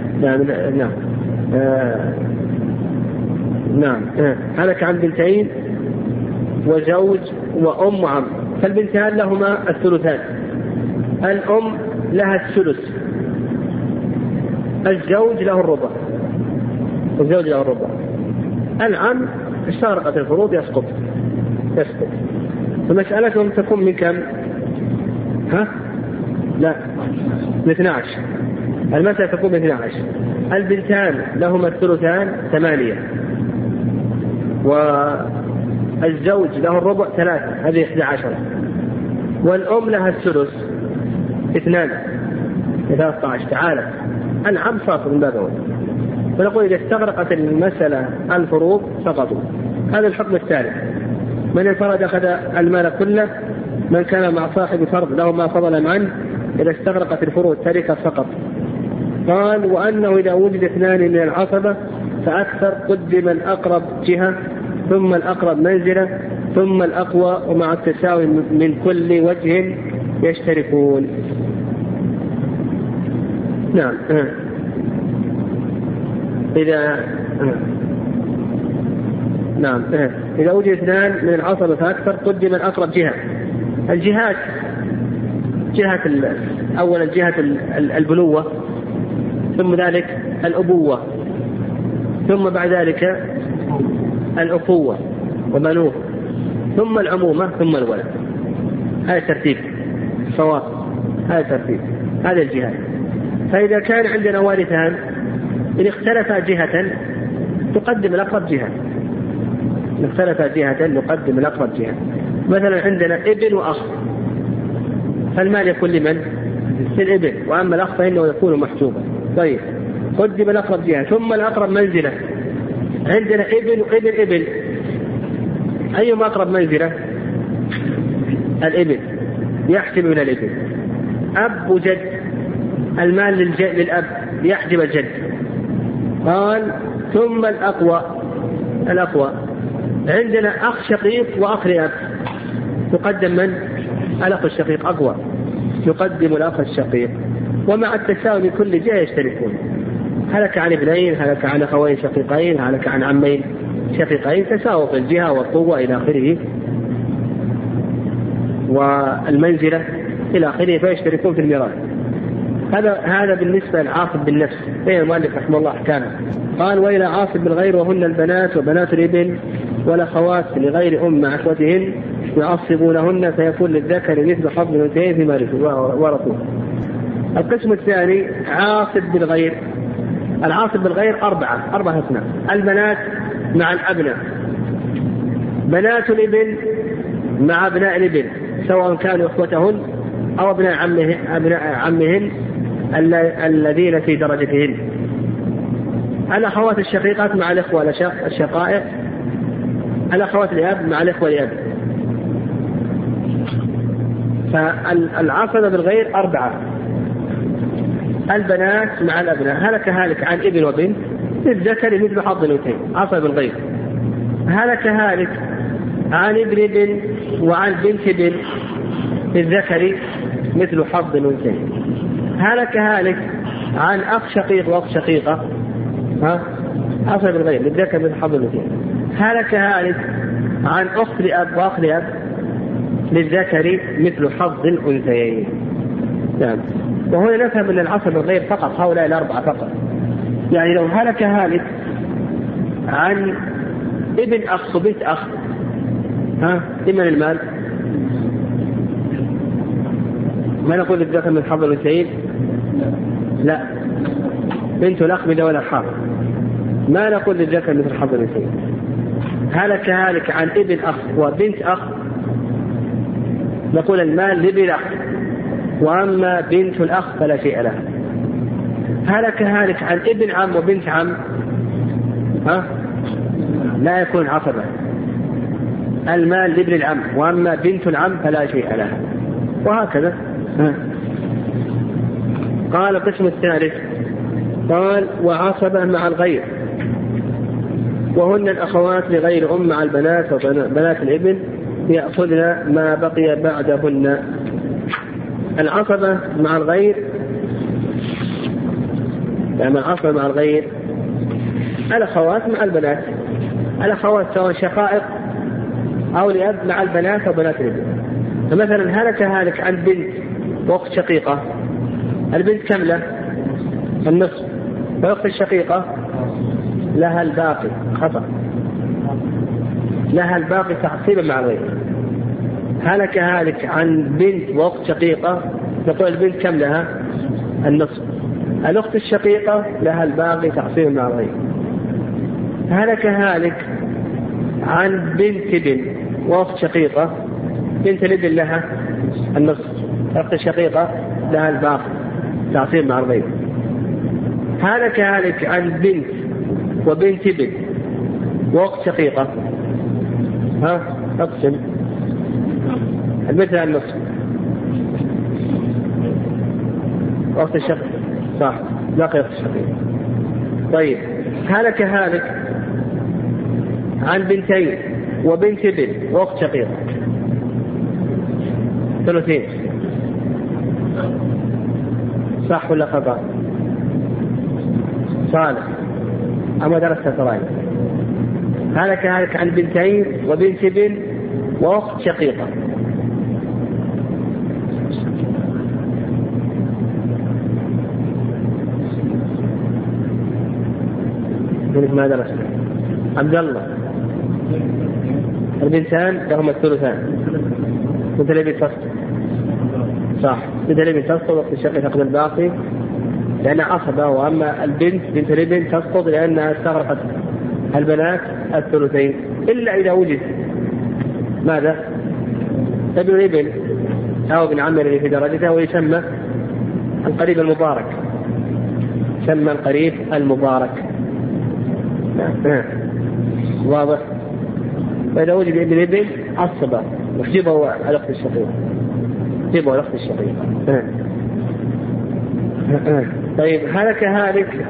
هلك عن بنتين وزوج وأم وعم، فالبنتان لهما الثلثان، الأم لها الثلث، الزوج له الربع، العم استغرقت الفروض يسقط. فمسألتهم تكون من كم؟ لا، من 12. المسألة تقوم 12. البنتان لهما الثلثان 8، والزوج له الربع 3، هذه 11، والأم لها الثلث 2 13. تعالى العم صاصر من بابه. فنقول إذا استغرقت المسألة الفروض سقطوا. هذا الحكم الثالث. من انفرد أخذ المال كله، من كان مع صاحب فرض له ما فضل عنه إذا استغرقت الفروض ترك سقط. قال وأنه إذا وجد 2 من العصبة فأكثر قدم الأقرب جهة ثم الأقرب منزلة ثم الأقوى، ومع التساوي من كل وجه يشتركون. نعم. إذا وجد 2 من العصبة فأكثر قدم الأقرب جهة. الجهات جهة أولا جهة البنوة، ثم ذلك الأبوة، ثم بعد ذلك الأخوة وبنوه، ثم العمومة، ثم الولد. هذا ترتيب صواب، هذا ترتيب هذه الجهات. فإذا كان عندنا وارثان إن اختلفا جهة تقدم الأقرب جهة، إن اختلفا جهة نقدم الأقرب جهة. مثلا عندنا ابن وأخ، فالمال يكون لمن؟ للابن، وأما الأخ فإنه يكون محجوبا. طيب قدم الأقرب جهة ثم الأقرب منزلة. عندنا ابن وابن ابن، أيهما أقرب منزلة؟ الابن، يحجب من الابن. أب وجد، المال للأب يحجب الجد. قال ثم الأقوى عندنا أخ شقيق وأخ لأب، يقدم من؟ الأخ الشقيق أقوى، يقدم الأخ الشقيق. ومع التساوي من كل جهة يشتركون. هلك عن ابنين، هلك عن أخوين شقيقين، هلك عن عمين شقيقين، تساووا في الجهة والقوة إلى آخره والمنزلة إلى آخره، فيشتركون في الميراث. هذا بالنسبة للعاصب بالنفس. فيه المؤلف رحمه الله أحكامه. قال وإلى عاصب بالغير وهن البنات وبنات الابن والأخوات لغير أم مع أخوتهن يعصبونهن، فيكون للذكر مثل حظ الأنثيين فيما ورثوه. القسم الثاني عاصب بالغير. العاصب بالغير 4 أسماء. البنات مع الأبناء، بنات الابن مع أبناء الابن سواء كانوا إخوتهن أو أبناء عمهن الذين في درجتهن. الأخوات الشقيقات مع الإخوة الشقائق، الأخوات الأب مع الإخوة الأب. فالعصبة بالغير 4. البنات مع الأبناء، هلك عن ابن وبنت للذكر مثل حظ الأنثيين، عصبة بالغير. هلك عن ابن ابن وعن بنت ابن للذكر مثل حظ الأنثيين. هلك عن أخ شقيق وأخ شقيقة، عصبة بالغير للذكر مثل حظ الأنثيين. هلك عن أخت لأب وأخ لأب للذكر مثل حظ الأنثيين. نعم. وهنا نفهم أن العصبة بالغير فقط هؤلاء 4 فقط. يعني لو هلك عن ابن أخ وبنت أخ، لمن المال؟ ما نقول للذكر من حظ الأنثيين؟ لا، بنت الأخ من ذوي الأرحام. ما نقول للذكر مثل حظ الأنثيين. هلك عن ابن أخ وبنت أخ، نقول المال لابن الأخ، وأما بنت الأخ فلا شيء لها. هلك عن ابن عم وبنت عم، لا يكون عصبة، المال لابن العم، وأما بنت العم فلا شيء لها، وهكذا. قال القسم الثالث قال وعصبة مع الغير وهن الأخوات لغير أم مع البنات وبنات الابن يأخذن ما بقي بعدهن. العصبة مع الغير، يعني العصبة مع الغير الأخوات مع البنات، الأخوات سواء شقائق أو لأب مع البنات وبنات الابن. فمثلا هلك عن بنت وأخت شقيقة، البنت كم له؟ النصف، والأخت الشقيقة لها الباقي، خطأ، لها الباقي تحصيلا مع الغير. هلك عن بنت وأخت شقيقة، نقول البنت كم لها؟ النصف، الأخت الشقيقة لها الباقي تعصيب مع الغير. هلك هالك عن بنت ابن وأخت شقيقة، بنت الابن لها النصف، الأخت الشقيقة لها الباقي تعصيب مع الغير. هلك هالك عن بنت وبنت ابن وأخت شقيقة، اقسم البنت لها النصف، أخت الشقيقة صح، باقي أخت الشقيقة. طيب هلك هالك عن بنتين وبنت ابن وأخت شقيقة، ثلثين، صح ولا خطأ؟ صالح، أما درست تراي. هلك هالك عن بنتين وبنت ابن وأخت شقيقة، ما درست. عبد الله، البنتان لهم الثلثان، بنت الابن تسقط، صح، بنت الابن تسقط وقت الشقيقة تأخذ الباقي لأنها عصبة، وأما البنت بنت الابن تسقط لأنها استغرقت البنات الثلثين، إلا إذا وجد ماذا؟ ابن الابن أو ابن عمه الذي في درجته، ويسمى القريب المبارك، يسمى القريب المبارك. واضح؟ فإذا وجد ابن الابن عصبة وحجبه على الأخت الشقيقة، حجبه على الأخت الشقيقة. طيب هلك هالك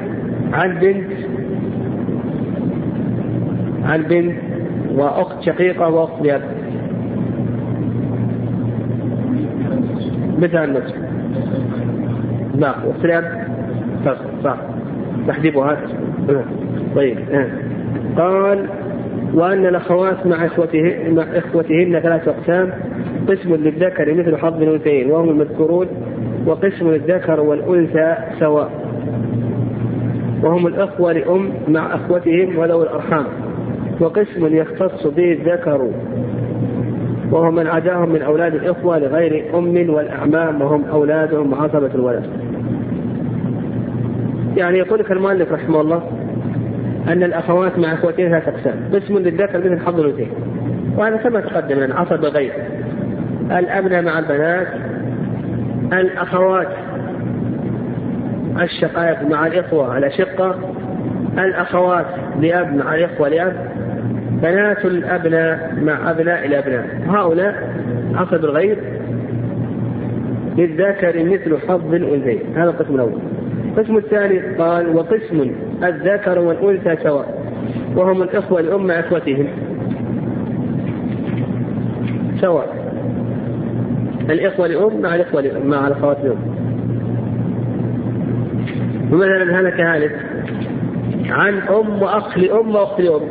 عن بنت وأخت شقيقة وأخت لأب، مثل النصف، لا أخت لأب صح، تحديبها. طيب قال وأن الأخوات مع إخوتهن 3 أقسام: قسم للذكر مثل حظ الأنثيين وهم المذكورون، وقسم للذكر والأنثى سواء وهم الأخوة لأم مع أخوتهم ولو الأرحام، وقسم يختص به الذكر وهم من عداهم من أولاد الإخوة لغير أم والأعمام وهم أولادهم عصبة الولد. يعني يقول لك المؤلف رحمه الله أن الأخوات مع أخوتين 3 أقسام: قسم للذكر مثل حظ الأنثيين، وهذا كما تقدم أن عصب غير الأبناء مع البنات، الأخوات الشقائق مع الإخوة الأشقة، الأخوات لأب مع الإخوة لأب، بنات الأبناء مع أبناء الأبناء، هؤلاء عصب الغير للذكر مثل حظ الأنثيين. هذا القسم الأول. القسم الثاني قال وقسم الذكر والأنثى سواء وهم الإخوة لأم مع إخوتهم سواء، الإخوة لأم مع الإخوة مع الأخوات لأم. ومثلا هلك هالك عن أم وأخ لأم وأخت لأم،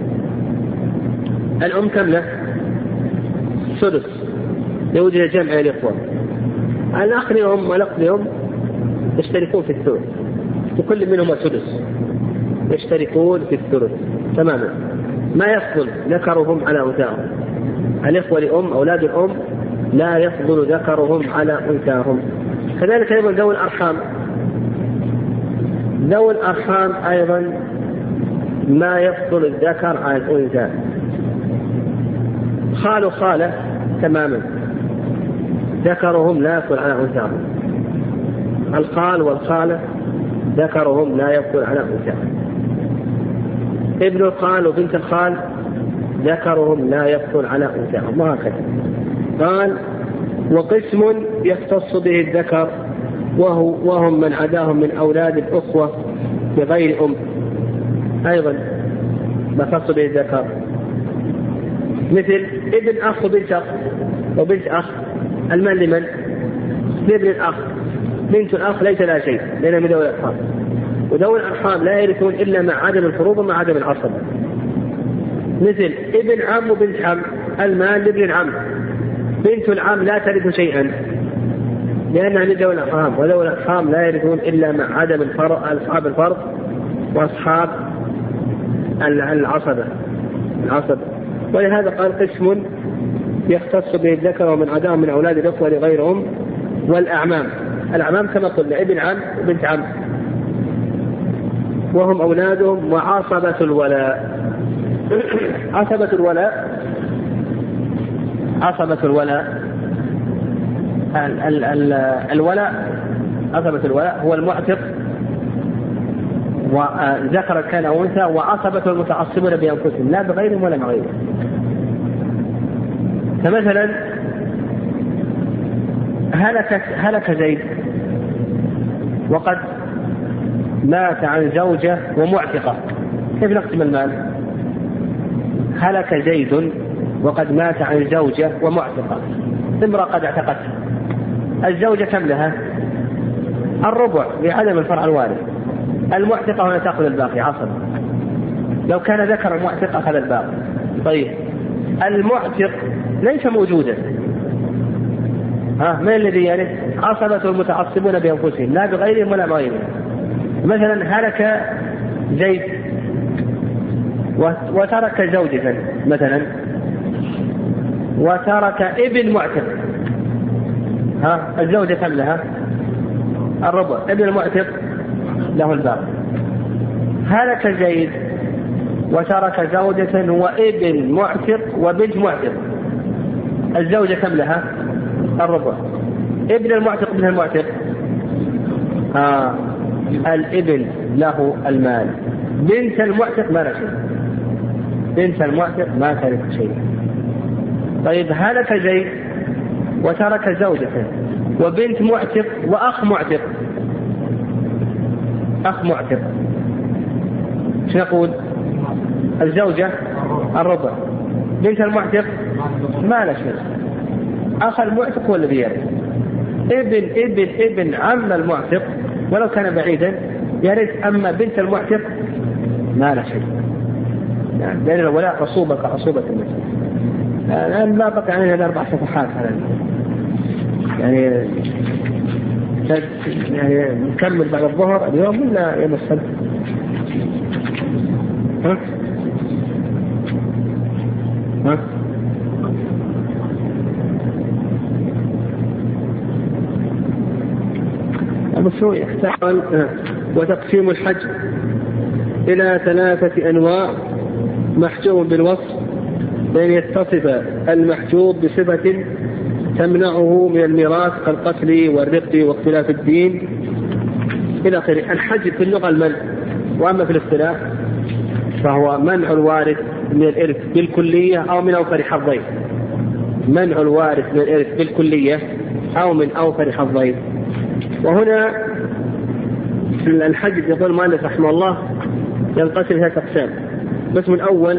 الأم كم له؟ سدس لوجد جمع الإخوة، الأخ لأم والأخت لأم يشتركون في الثلث، وكل منهم سدس، يشتركون في الثلث تماما، ما يفضل ذكرهم على أنثاهم. الإخوة لأم أولاد الأم لا يفضل ذكرهم على أنثاهم. كذلك أيضا ذوي الأرحام، ذوي الأرحام أيضا ما يفضل الذكر على الأنثى. خال وخالة تماما ذكرهم لا يفضل على أنثاهم، الخال والخالة ذكرهم لا يفضل على أنثاهم، ابن الخال وبنت الخال ذكرهم لا يفضل على أنثاهم، وهكذا. قال وقسم يختص به الذكر وهم من عداهم من أولاد الأخوة بغير أم، أيضا ما خص به الذكر، مثل ابن أخ وبنت أخ وبنت أخ، المال لمن؟ لابن الأخ، بنت الأخ ليس لها شيء لأنها من ذوي الأرحام، وذوي الأرحام لا يرثون إلا مع عدم الفروض ومع عدم العصبة. مثل ابن عم وبنت عم، المال لابن العم، بنت العم لا ترث شيئا لأنها من ذوي الأرحام، وذوي الأرحام لا يرثون إلا مع عدم أصحاب الفرض وأصحاب العصبة. ولهذا قال قسم يختص به الذكر ومن عداهم من أولاد الأخوة لغير أم والأعمام. الأعمام كما قلنا ابن عم وبنت عم، وهم أولادهم وعصبة الولاء. عصبة الولاء عصبة الولاء هو المعتق وذكر كان أو أنثى، وعصبة المتعصبون بأنفسهم لا بغيرهم ولا مع غيرهم. فمثلا هلك زيد وقد مات عن زوجة ومعتقة، كيف نقسم المال؟ هلك زيد وقد مات عن زوجة ومعتقة، امرأة قد اعتقتها، الزوجة كم لها؟ الربع لعدم الفرع الوارث، المعتقة هنا تأخذ الباقي عصبة، لو كان ذكر المعتق أخذ الباقي. طيب المعتق ليس موجودا، من الذي يرث؟ عصبة المتعصبون بأنفسهم لا بغيرهم ولا بغيرهم. مثلا هلك زيد وترك زوجة مثلا وترك ابن معتق، الزوجة كم لها؟ الربع، ابن المعتق له الباقي. هلك زيد وترك زوجة وابن معتق وبنت معتق، الزوجة كم لها؟ الربع، ابن المعتق ابن المعتق الابن له المال، بنت المعتق ما له شيء، بنت المعتق ما ترك شيء. طيب هلك زيد وترك زوجة وبنت معتق وأخ معتق، أخ معتق شو نقول؟ الزوجة الربع، بنت المعتق ما له شيء، أخ المعتق هو الذي يرث، ابن عم المعتق ولو كان بعيدا يرث، أما بنت المعتق ما له شيء، يعني بين الولاء عصوبة كعصوبة المثل. الآن لا بقى علينا 4 صفحات على يعني نكمل بعد الظهر اليوم ولا يوم السبت؟ المشروع يحتمل. وتقسيم الحج إلى 3 أنواع: محجوب بالوصف، بأن يتصف المحجوب بصفة تمنعه من الميراث كالقتل والرق واختلاف الدين إلى آخره. الحج في اللغة المنع، وأما في الاصطلاح فهو منع الوارث من الإرث بالكلية أو من أوفر حظين. منع الوارث من الإرث بالكلية أو من أوفر حظين. وهنا الحج يقول المؤلف رحمه الله ينقسم إلى 3 أقسام. القسم الأول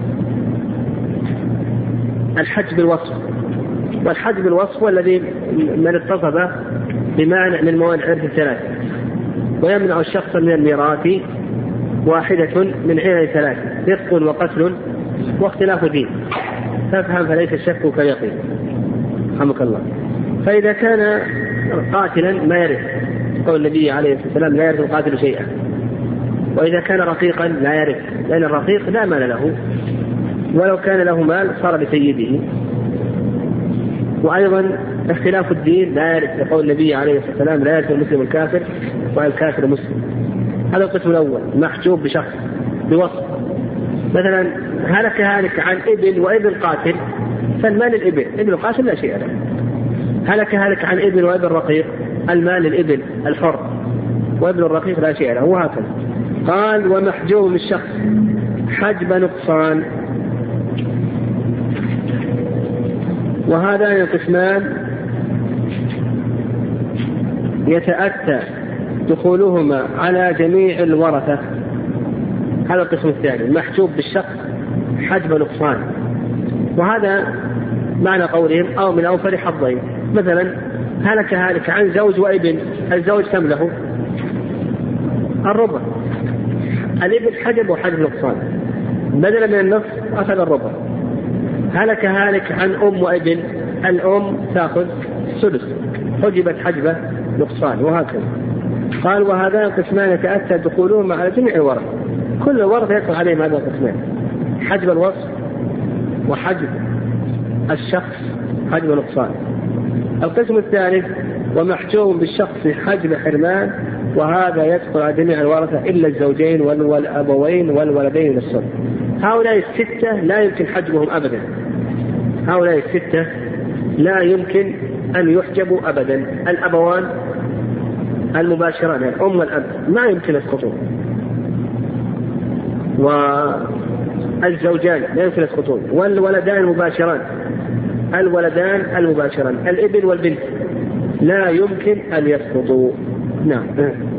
الحج بالوصف، والحج بالوصف هو الذي من اتصف بمانع من موانع الإرث 3 ويمنع الشخص من الميراث واحدة من علل 3: رق وقتل واختلاف دين. فافهم فليس الشك كاليقين رحمك الله. فإذا كان قاتلا ما يرث، قول النبي عليه الصلاة والسلام لا يرث القاتل شيئا. وإذا كان رقيقا لا يرث، لأن الرقيق لا مال له، ولو كان له مال صار لسيده. وأيضا اختلاف الدين لا يرث، لقول النبي عليه الصلاة والسلام لا يرث المسلم الكافر والكافر مسلم. هذا القسم الأول محجوب بشخص بوصف. مثلا هلك عن ابن وابن قاتل، فالمال للابن، ابن القاتل لا شيء له. هلك عن ابن وابن رقيق، المال للابن الحر، وابن الرقيق لا شيء له، وهكذا. قال ومحجوب بالشخص حجب نقصان. وهذان القسمان يتأتى دخولهما على جميع الورثة. هذا القسم الثاني محجوب بالشخص حجب نقصان، وهذا معنى قولهم أو من أوفر حظين. مثلا هلك عن زوج وابن، الزوج كم له؟ الربع، الابن حجب وحجب نقصان، بدلا من النصف أخذ الربع. هلك عن أم وابن، الأم تأخذ ثلث، حجبت حجبة نقصان، وهكذا. قال وهذان القسمان يتأتى دخولهم على جميع الورث، كل الورث يدخل عليهم هذا القسمان: حجب الوصف وحجب الشخص حجب نقصان. القسم الثالث ومحجوب بالشخص حجب حرمان وهذا يدخل على جميع الورثة إلا الزوجين والأبوين والولدين للصلب. هؤلاء الستة لا يمكن حجبهم أبدا، هؤلاء الستة لا يمكن أن يحجبوا أبدا. الأبوان المباشران الأم والأب ما يمكن يسقطون، والزوجان لا يمكن يسقطون، والولدان المباشران الابن والبنت لا يمكن أن يسقطوا. نعم.